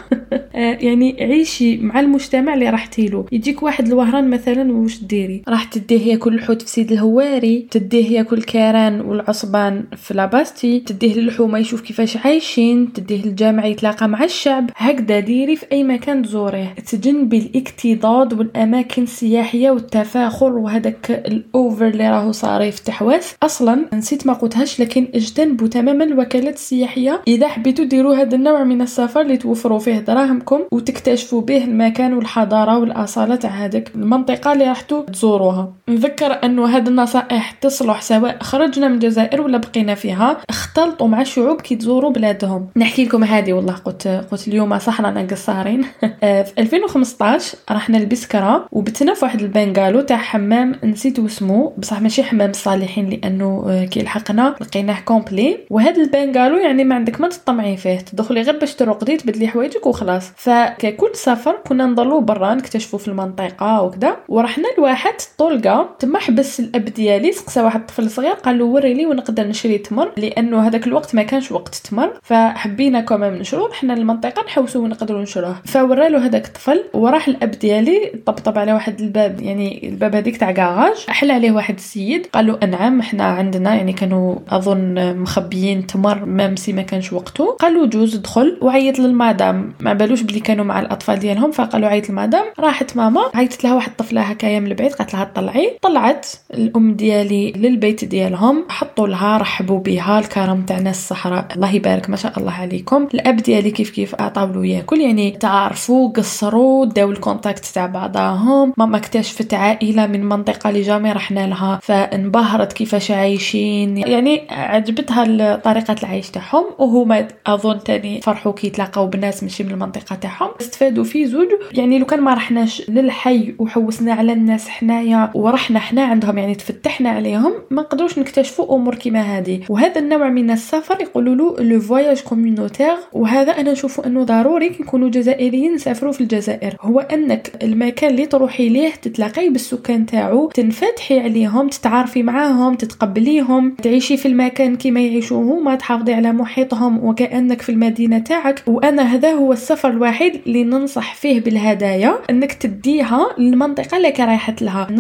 يعني عيشي مع المجتمع اللي راح تيلو. يجيك واحد الوهران مثلا واش ديري؟ راح تديه ياكل الحوت في سيد الهواري، تديه ياكل كاران والعصبان في لاباستي، تديه للحومه يشوف كيفاش عايشين، تديه الجامع يتلاقى مع الشعب. هكذا ديري في اي مكان تزوريه. تجنبي الاكتضاد والاماكن السياحيه والتفاخر وهذاك الاوفر اللي راهو صاري في تحواس. اصلا نسيت ما قلتهاش، لكن اجتنبوا تماما الوكالات السياحيه اذا حبيتوا ديروا هذا النوع من السفر اللي توفروا فيه دراهمكم وتكتشفوا به المكان والحضاره والاصاله تاع هذيك المنطقه اللي راحتوا تزوروها. نذكر انه هذه النصائح تصلح سواء خرجنا من الجزائر ولا بقينا فيها. اختلطوا مع الشعوب كي تزوروا بلادهم. نحكي لكم هذه والله قلت اليوم صح رانا قصارين. في 2015 رحنا لبسكرة وبتنا في واحد البنغالو تاع حمام نسيت اسمه، بصح ماشي حمام الصالحين لانه كي لحقنا لقيناه كومبلي. وهذا البنغالو يعني ما عندك ما تطمعي فيه، تدخلي غير باش ترقدي تبدلي حوايجك وخلاص. فككل سفر كنا نضلوا برا نكتشفوا في المنطقه وكذا. ورحنا لواحد طولقه تما حبس الاب ديالي، سقسى واحد طفل صغير قال له وري لي ونقدر نشري تمر، لانه هذاك الوقت ما كانش وقت تمر، فحبينا كمان نشرو حنا المنطقه نحوسوا ونقدروا نشروه. فورا له هذاك الطفل وراح الاب ديالي طبطب على واحد الباب، يعني الباب هذيك تاع كراج، احل عليه واحد السيد قال له انعم احنا عندنا، يعني كانوا اظن مخبيين تمر مامسي ما كانش وقته. قال له جوز دخل وعيط للمدام، ما بالوش بلي كانوا مع الاطفال ديالهم، فقالوا عيط للمدام. راحت ماما عيطت لها واحد طفله هكايا من البعيد قالت لها طلعي. طلعت الام ديالي للبيت ديالهم، حطوا لها رحبوا بها الكرم تاع ناس الصحراء الله يبارك ما شاء الله عليكم. الاب ديالي كيف عطاولو ياكل، يعني تعرفوا قصروا داو الكونتاكت تاع بعضهم. ماما اكتشفت عائله من منطقه اللي جامي رحنا لها فانبهرت كيفاش عايشين، يعني عجبتها طريقه العيش تاعهم. وهما اظن تاني فرحوا كي تلاقاو بناس ماشي من المنطقه تاعهم، استفادوا في زوج. يعني لو كان ما رحناش للحي وحوسنا على الناس حنايا ورحنا حنا عندهم يعني تفتحنا عليهم، ما نقدروش نكتشفوا امور كيما هذه. وهذا النوع من السفر يقولوا له لو فواياج كوميونيتير، وهذا انا نشوفه انه ضروري كي نكونوا جزائريين نسافروا في الجزائر. هو انك المكان اللي تروحي ليه تتلاقي بالسكان تاعو، تنفتحي عليهم، تتعارفي معاهم، تتقبليهم، تعيشي في المكان كيما يعيشوه، ما تحافظي على محيطهم وكأنك في المدينة تاعك. وانا هذا هو السفر الوحيد اللي ننصح فيه بالهدايا، انك تديها للمنطقة اللي رايحت لها. ننصح به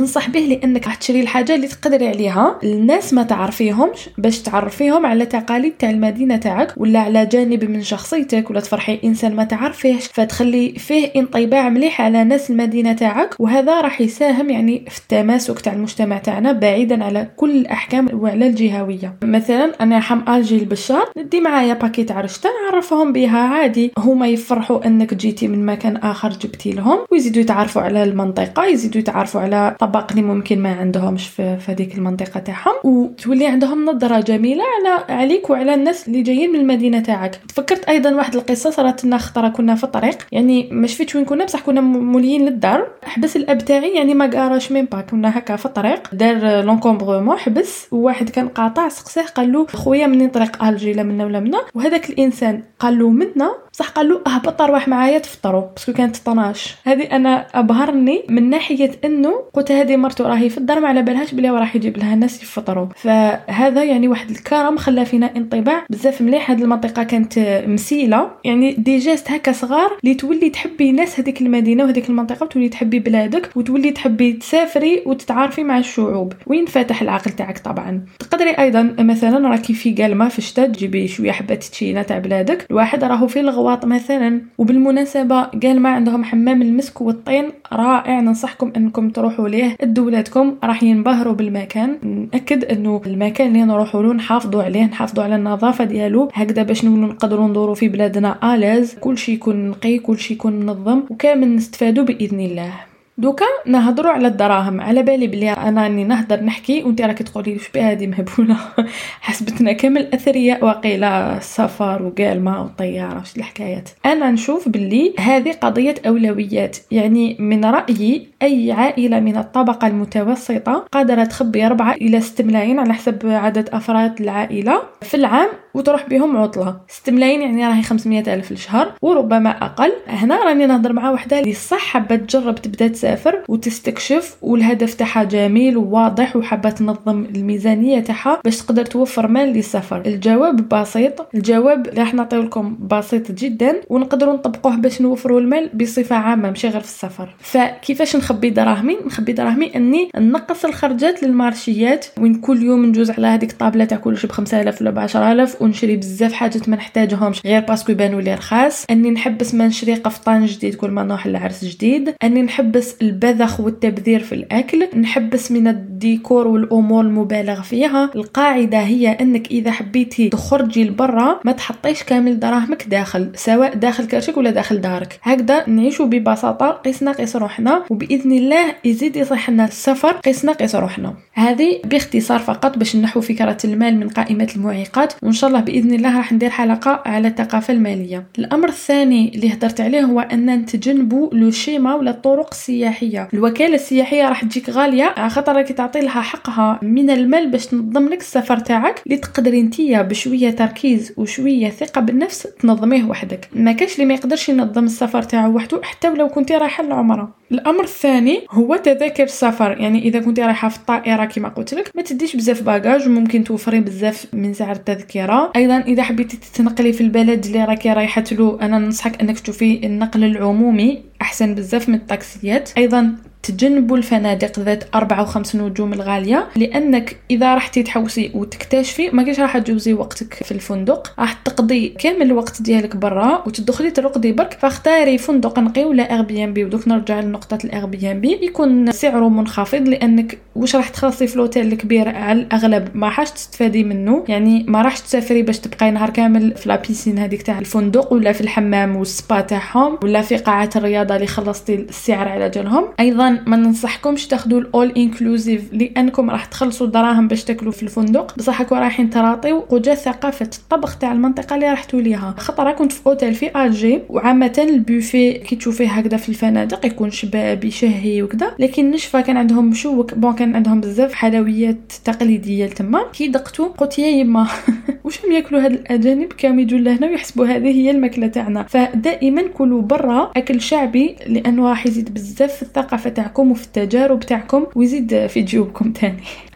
عليه لانك راح تشري الحاجه اللي تقدري عليها. الناس ما تعرفيهمش باش تعرفيهم على تقاليد تاع المدينه تاعك ولا على جانب من شخصيتك، ولا تفرحي انسان ما تعرفيهش فتخلي فيه انطباع مليح على ناس المدينه تاعك، وهذا راح يساهم يعني في التماسك تاع المجتمع تاعنا بعيدا على كل الاحكام وعلى الجهويه. مثلا انا حم اجي البشار ندي معايا باكيت عرشته نعرفهم بها عادي، هما يفرحوا انك جيتي من مكان اخر جبتي لهم، ويزيدوا يتعرفوا على المنطقه، يزيدوا يتعرفوا على طبق اللي ممكن ما عندهمش في هذيك المنطقه تاعهم، وتولي عندهم نظره جميله عليك وعلى الناس اللي جايين من المدينه تاعك. تفكرت ايضا واحد القصه صارت لنا خطره، كنا في الطريق يعني مش فيت وين كنا، بصح كنا موليين للدار، حبس الاب تاعي يعني ما قاراش ميم با، كنا هكا في الطريق دار لونكومبرمون حبس، وواحد كان قاطع سقساه قال له خويا منين طريق الجي لا منا ولا منا، وهذاك الانسان قال له منا، بصح قال له اهبط روح معايا تفطروا باسكو كانت 12. هذه انا ابهرني من ناحيه انه قلت هذه مرته راهي في الدار ما على بالهاش بلي راح يجيب لها الناس يفطروا، فهذا يعني واحد الكرم خلى فينا انطباع بزاف مليح. هذه المنطقه كانت مسيله يعني دي جيست هكا صغار اللي تولي تحبي ناس هذيك المدينه وهذيك المنطقه، وتولي تحبي بلادك وتولي تحبي تسافري وتتعارفي مع الشعوب وين فاتح العقل تاعك. طبعا تقدري ايضا مثلا راكي في قلمه في الشتاء تجيبي شويه حبات تشينه تاع بلادك، الواحد راهو في الغواط مثلا، وبالمناسبه قلمه عندهم حمام المسك والطين رائع، ننصحكم انكم تروحوا ليه، دولتكم راح ينبهروا بالمكان. ناكد انه المكان اللي نروحوا له نحافظوا عليه، نحافظوا على النظافه ديالو هكذا باش نقدروا ندوروا في بلادنا الاز، كل شيء يكون نقي، كل شيء يكون منظم، وكامل نستفادوا باذن الله. دوكا نهضروا على الدراهم. على بالي بلي انا راني نهضر نحكي وانت راكي تقولي واش بها هذه مهبوله حسبتنا كامل اثرياء وقيله السفر وقالمه والطياره واش الحكايات. انا نشوف بلي هذه قضيه اولويات، يعني من رايي اي عائله من الطبقه المتوسطه قادره تخبي 4 إلى 6 ملايين على حسب عدد افراد العائله في العام وتروح بهم عطله. 6 ملايين يعني راهي 500 ألف الشهر وربما اقل. هنا راني نهضر مع وحده اللي صح حابه تجرب تبدا تسافر وتستكشف، والهدف تاعها جميل وواضح، وحابه تنظم الميزانيه تاعها باش تقدر توفر مال للسفر. الجواب بسيط، الجواب اللي راح نعطيه لكم بسيط جدا ونقدروا نطبقوه باش نوفروا المال بصفه عامه ماشي غير في السفر. فكيفاش نخبي دراهمي؟ نخبي دراهمي اني نقص الخرجات للمارشيات، وين كل يوم ندوز على هذيك الطابله تاع كلشي ب5000 ولا ب10000 ونشري بزاف حاجات ما نحتاجهمش غير باسكو يبانوا لي رخاص. اني نحبس ما نشري قفطان جديد كل ما نروح لعرس جديد، اني نحبس البذخ والتبذير في الاكل، نحبس من الديكور والامور المبالغ فيها. القاعده هي انك اذا حبيتي تخرجي لبرا ما تحطيش كامل دراهمك داخل، سواء داخل كرشك ولا داخل دارك، هكذا نعيشوا ببساطه قيسنا قيس روحنا، وباذن الله يزيد يصح لنا السفر قيسنا قيس روحنا. هذه باختصار فقط باش نحو فكره المال من قائمه المعيقات، وان شاء الله باذن الله راح ندير حلقه على الثقافه الماليه. الامر الثاني اللي هدرت عليه هو ان نتجنبوا لو شيما ولا الطرق السياحيه. الوكاله السياحيه راح تجيك غاليه خاطر راكي تعطي لها حقها من المال باش تنظم لك السفر تاعك اللي تقدري انتيا بشويه تركيز وشويه ثقه بالنفس تنظميه وحدك. ما كاش اللي ما يقدرش ينظم السفر تاعو وحده حتى ولو كنتي رايحه للعمره. الامر الثاني هو تذاكر السفر، يعني اذا كنتي رايحه في الطائره كما قلت لك ما تديش بزاف باجاج وممكن توفري بزاف من سعر التذكره. ايضا اذا حبيتي تتنقلي في البلد اللي راكي رايحه له انا ننصحك انك تشوفي النقل العمومي احسن بزاف من الطاكسيات. ايضا تجنبوا الفنادق ذات 4 و5 نجوم الغاليه، لانك اذا رحتي تحوسي وتكتشفي ما كاينش راح تجوزي وقتك في الفندق، راح تقضي كامل الوقت ديالك برا وتدخلي ترقدي برك. فاختاري فندق نقي ولا اير بي ام بي. ودوك نرجع لنقطه الاير بي ام بي، يكون سعره منخفض لانك واش راح تخلصي في الاوتيل الكبير على الاغلب ما راحش تستفادي منه، يعني ما راحش تسافري باش تبقاي نهار كامل في لابيسين هذيك تاع الفندق ولا في الحمام والسبا تاعهم ولا في قاعه الرياضه اللي خلصتي السعر على جالهم. ايضا ما ننصحكمش تاخذوا الاول انكلوزيف لانكم راح تخلصوا دراهم باش تاكلوا في الفندق، بصح راكم رايحين تراطيو وجا ثقافه الطبخ تاع المنطقه اللي رحتوا ليها. خطره كنت في اوتيل في الجي وعامه البوفيه كي تشوفيه هكذا في الفنادق يكون شبابي شهي وكذا، لكن نشفه كان عندهم مشوك كان عندهم بزاف حلويات تقليديه تما. كي دقتو قلت يا يما واش هم ياكلوا هاد الاجانب كانوا يجوا لهنا ويحسبوا هذه هي الماكله تاعنا. فدائما كلوا برا اكل شعبي لانه راح يزيد بزاف في الثقافه تاعكم وفي التجارب تاعكم ويزيد في جيوبكم تاني.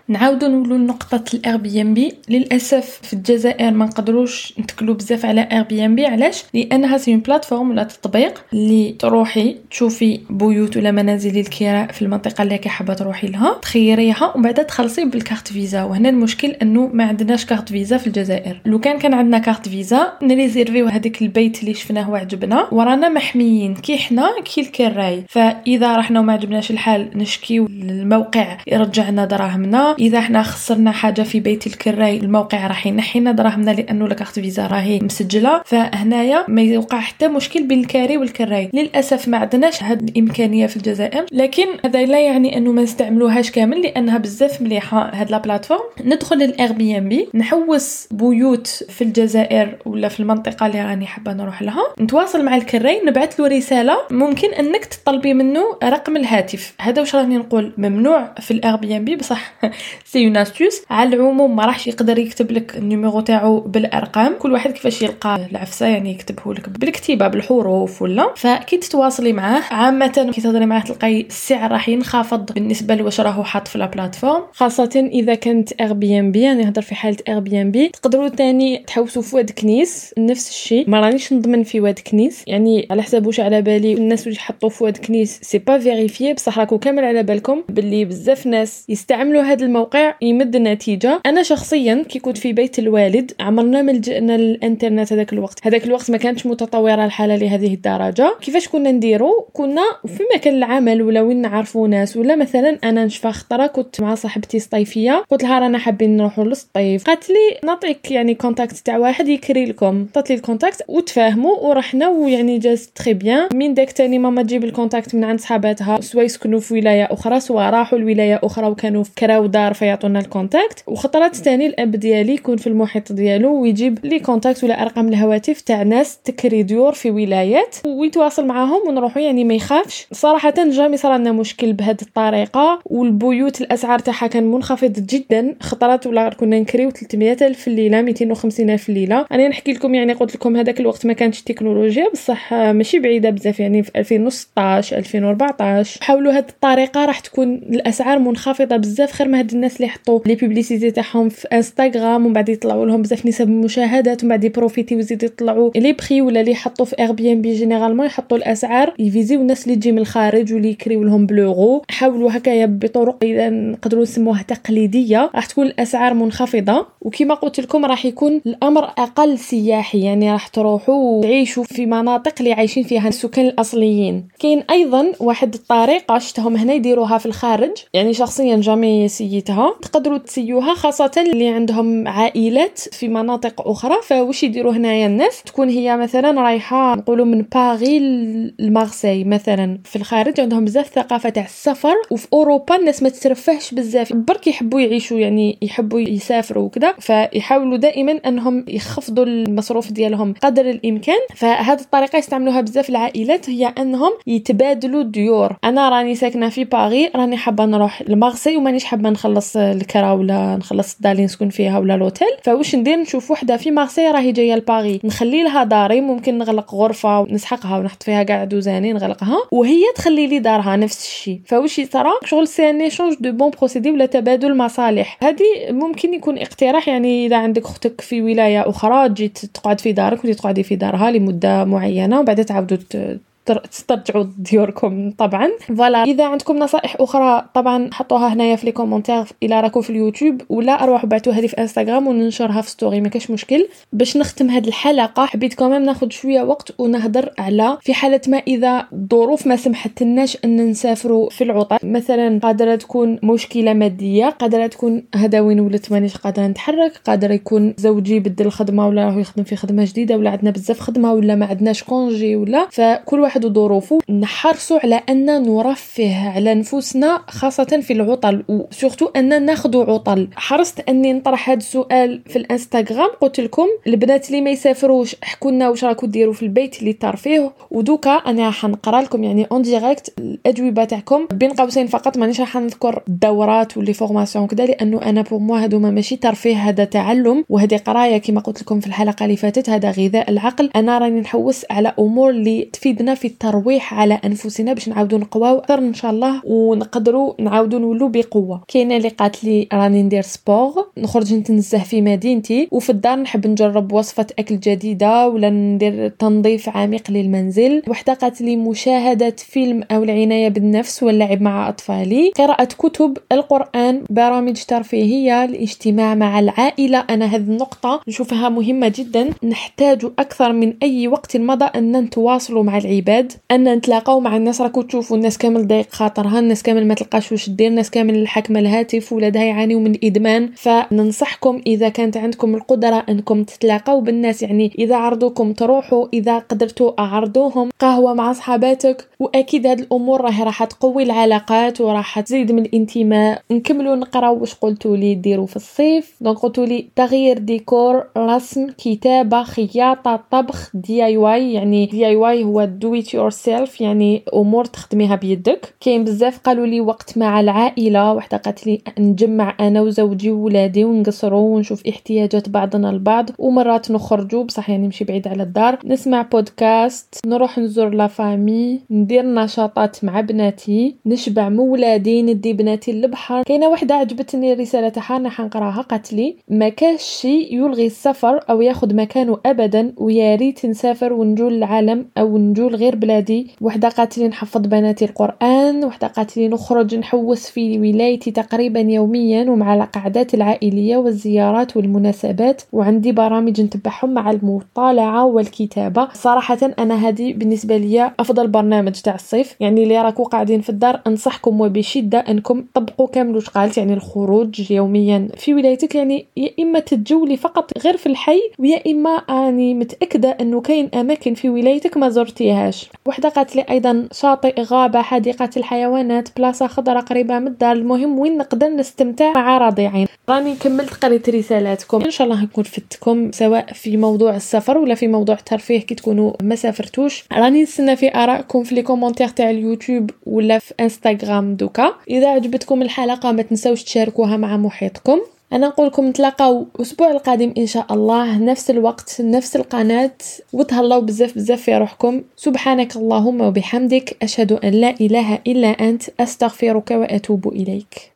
نعاودوا نقولوا نقطه الاير بي ام بي. للاسف في الجزائر ما نقدروش نتكلوا بزاف على اير بي ام بي. علاش؟ لانها سي بلاتفورم ولا تطبيق اللي تروحي تشوفي بيوت ولا منازل للكراء في المنطقه اللي حابه تروحي لها، تخيريها ومن بعد تخلصي بالكارت فيزا. وهنا المشكل انه ما عندناش كارت فيزا في الجزائر. لو كان عندنا كارت فيزا نريزيرفيو هذاك البيت اللي شفناه وعجبنا ورانا محميين كي حنا كي الكراي. فاذا رحنا وما عجبناش الحال نشكيو الموقع يرجعنا دراهمنا. اذا احنا خسرنا حاجه في بيت الكراي الموقع راح ينحينا دراهمنا لانه الكارت فيزا راهي مسجله. فهنايا ما يوقع حتى مشكل بين الكاري والكراي. للاسف ما عندناش هذه الامكانيه في الجزائر، لكن هذا لا يعني انه ما نستعملوهاش كامل لانها بزاف مليحه هاد لا بلاتفورم. ندخل الاير بي ام بي، نحوس بيوت في الجزائر ولا في المنطقه اللي راني حابه نروح لها، نتواصل مع الكراي، نبعث له رساله. ممكن انك تطلبي منه رقم الهاتف. هذا واش راني نقول ممنوع في الاير بي ام بي، بصح سي اون استوس. على العموم ما راحش يقدر يكتب لك النيميرو تاعو بالارقام، كل واحد كيفاش يلقى العفسه يعني يكتبه لك بالكتيبه بالحروف ولا. فكي تتواصلي معاه عامه كي تهضري معاه تلقاي السعر راح ينخفض بالنسبه لواش راهو حاط في لا بلاتفورم، خاصه اذا كانت اير بي ام بي. يعني نهضر في حاله اير بي ام بي. تقدروا ثاني تحوسوا في واد كنيس نفس الشيء. ما رانيش نضمن في واد كنيس، يعني على حسب واش على بالي الناس اللي يحطوا في واد كنيس سي با فيريفيي، بصح راكو كامل على بالكم باللي بزاف ناس يستعملوا هذا الموقع يمد النتيجه. انا شخصيا كي كنت في بيت الوالد عمرنا ما لجأنا للانترنت. هذاك الوقت ما كانتش متطوره الحاله لهذه الدرجه. كيفاش كنا نديروا؟ كنا في مكان العمل ولا وين نعرفوا ناس، ولا مثلا انا نشفى خطره كنت مع صاحبتي صيفيه قلت لها رانا حابين نروحوا للصيف، قالت لي نعطيك يعني كونتاكت تاع واحد يكري لكم. عطات لي الكونتاكت وتفاهموا ورحنا ويعني جاز تري بيان. من داك تاني ماما تجيب الكونتاكت من عند صحاباتها، سوا يسكنوا في ولايه اخرى سوا راحوا لولايه اخرى وكانوا في كراو دار فيعطونا الكونتاكت. وخطرات تاني الاب ديالي يكون في المحيط ديالو ويجيب لي كونتاكت ولا ارقام الهواتف تاع ناس تكري ديور في ولايات ويتواصل معاهم ونروحوا. يعني ما يخافش صراحه. جامي صار لنا مشكل بهذه الطريقه. والبيوت الاسعار تاعها كان منخفض جدا. خطرات ولا كنا نكريو 300,000 في الليله، 250,000 في الليله. انا نحكي لكم يعني قلت لكم هذاك الوقت ما كانتش تكنولوجيا، بصح ماشي بعيده بزاف. يعني في 2016 2014 حاولوا هذه الطريقه راح تكون الاسعار منخفضه بزاف. خير ما هاد الناس اللي يحطوا لي بوبليسيتي تاعهم في انستغرام ومن بعد يطلعوا لهم بزاف نسب المشاهدات ومن بعد يبروفيتي ويزيدوا يطلعوا لي بري. ولا اللي يحطوا في اير بي ام بي جينيرالمون يحطوا الاسعار يفيزيو الناس اللي تجي من الخارج واللي يكريو لهم بلوغو. حاولوا هكايا بطرق اذا نقدروا نسموها تقليديه راح تكون الاسعار منخفضه. وكما قلت لكم راح يكون الامر اقل سياحي، يعني راح تروحوا تعيشوا في مناطق اللي عايشين فيها السكان الاصليين. كاين ايضا واحد الطريقه شفتهم هنا يديروها في الخارج، يعني شخصيا جامي سيتها، تقدروا تسيوها خاصه اللي عندهم عائلات في مناطق اخرى. فواش يديروا هنايا الناس تكون هي مثلا رايحه نقولوا من باريس لمارسي مثلا. في الخارج عندهم بزاف ثقافه تاع السفر، وفي اوروبا الناس ما تترفهش بزاف برك يحبوا يعيشوا يعني يحبوا يسافروا وكذا. فيحاولوا دائما انهم يخفضوا المصروف ديالهم قدر الامكان. فهذه الطريقه يستعملوها بزاف العائلات، هي انهم يتبادلوا الديور. انا راني ساكنه في باريس راني حابه نروح لمارسي ومانيش حابه نخلص الكرا ولا نخلص الدار اللي نسكن فيها ولا لوتيل. فواش ندير؟ نشوف وحده في مارسي راهي جايه لباريس، نخلي لها داري، ممكن نغلق غرفه ونسحقها ونحط فيها كاع دوزاني نغلقها وهي تخلي لي دارها نفس الشيء. فواش يصرى شغل سي ان ايشونج دو بون بروسيدي ولا تبادل مصالح. هذه ممكن يكون اقتراح، يعني اذا عندك اختك في ولايه اخرى تجي تقعد في دارك وتي تقعدي في دارها لمده معينه وبعد تعاودوا تسترجعوا ديوركم طبعا. فوالا اذا عندكم نصائح اخرى طبعا حطوها هنايا في لي كومونتير الى راكم في اليوتيوب، ولا اروحوا بعثوها لي في انستغرام وننشرها في ستوري ما كاش مشكل. باش نختم هذه الحلقه حبيت كمان ناخذ شويه وقت ونهضر على في حاله ما اذا الظروف ما سمحتلناش ان نسافروا في العطل. مثلا قادره تكون مشكله ماديه، قادره تكون هذا وين ولت مانيش قادره نتحرك، قادر يكون زوجي بدل الخدمه ولا راهو يخدم في خدمه جديده ولا عندنا بزاف خدمه ولا ما عندناش كونجي ولا. فكل واحد وظروفه. نحرصوا على ان نرفه على نفوسنا خاصه في العطل، وسورتو ان ناخذ عطل. حرصت اني نطرح هذا السؤال في الانستغرام، قلت لكم البنات اللي ما يسافروش احكوا لنا واش راكم ديروا في البيت اللي ترفيه. ودوكا انا حنقرا لكم يعني اون ديريكت الاجوبه تاعكم بين قوسين فقط، مانيش راح نذكر الدورات واللي فورماسيون كذا، لانه انا بور موا هذوما ماشي ترفيه، هذا تعلم وهذه قرايه كما قلت لكم في الحلقه اللي فاتت، هذا غذاء العقل. انا راني نحوس على امور اللي تفيدنا في الترويح على انفسنا باش نعاودوا نقواو اكثر ان شاء الله ونقدروا نعاودوا نولوا بقوه. كاينه اللي قالت لي راني ندير سبور، نخرج نتنزه في مدينتي، وفي الدار نحب نجرب وصفه اكل جديده ولا ندير تنظيف عميق للمنزل. وحده قالت لي مشاهده فيلم او العنايه بالنفس واللعب مع اطفالي، قراءه كتب القران، برامج ترفيهيه، الاجتماع مع العائله. انا هذه النقطه نشوفها مهمه جدا، نحتاج اكثر من اي وقت مضى ان نتواصلوا مع العباد، ان نتلاقاو مع الناس. راكو تشوفوا الناس كامل ضيق خاطرها، الناس كامل ما تلقاش واش دير، الناس كامل الحكمه الهاتف ولادها يعانيوا من ادمان. فننصحكم اذا كانت عندكم القدره انكم تتلاقاو بالناس، يعني اذا عرضوكم تروحوا، اذا قدرتوا اعرضوهم قهوه مع صحاباتك، واكيد هذه الامور راح تقوي العلاقات وراح تزيد من الانتماء. نكملوا نقراو واش قلتوا لي ديروا في الصيف. دونك قلتوا لي تغيير ديكور، رسم، كتابه، خياطه، طبخ، DIY. يعني DIY هو do it yourself، يعني امور تخدميها بيدك. كاين بزاف قالوا لي وقت مع العائله، وحده قالت لي نجمع انا وزوجي وولادي ونقصروا ونشوف احتياجات بعضنا البعض، ومرات نخرجوا بصح يعني نمشي بعيد على الدار، نسمع بودكاست، نروح نزور لا فامي، ندير نشاطات مع بناتي، نشبع من ولادي، ندي بناتي للبحر. كاينه وحده عجبتني الرساله تاعها راح نقراها، قالت لي ما كاش شيء يلغي السفر او ياخذ مكانه ابدا، ويا ريت نسافر ونجول العالم او نجول غير بلادي. وحده قالت لي نحفظ بناتي القران، وحده قالت لي نخرج نحوس في ولايتي تقريبا يوميا ومع القعدات العائليه والزيارات والمناسبات، وعندي برامج نتبعهم مع المطالعه والكتابه. صراحه انا هذه بالنسبه لي افضل برنامج تاع الصيف. يعني اللي راكو قاعدين في الدار انصحكم وبشده انكم طبقوا كامل واش قالت، يعني الخروج يوميا في ولايتك، يعني يا اما تتجولي فقط غير في الحي، ويا اما اني متاكده انه كاين اماكن في ولايتك ما زرتيهاش. وحده قالت لي ايضا شاطئ، غابه، حديقه الحيوانات، بلاصه خضراء قريبه من الدار، المهم وين نقدر نستمتع مع رضيعين. راني كملت قريت رسالاتكم، ان شاء الله نكون فدتكم سواء في موضوع السفر ولا في موضوع الترفيه كي تكونوا ما سافرتوش. راني نستنى في ارائكم في لي كومونتير تاع اليوتيوب ولا في انستغرام دوكا. اذا عجبتكم الحلقه ما تنسوش تشاركوها مع محيطكم. انا نقول لكم نتلاقاو الاسبوع القادم ان شاء الله، نفس الوقت نفس القناه، وتهلاو بزاف بزاف في روحكم. سبحانك اللهم وبحمدك، اشهد ان لا اله الا انت، استغفرك واتوب اليك.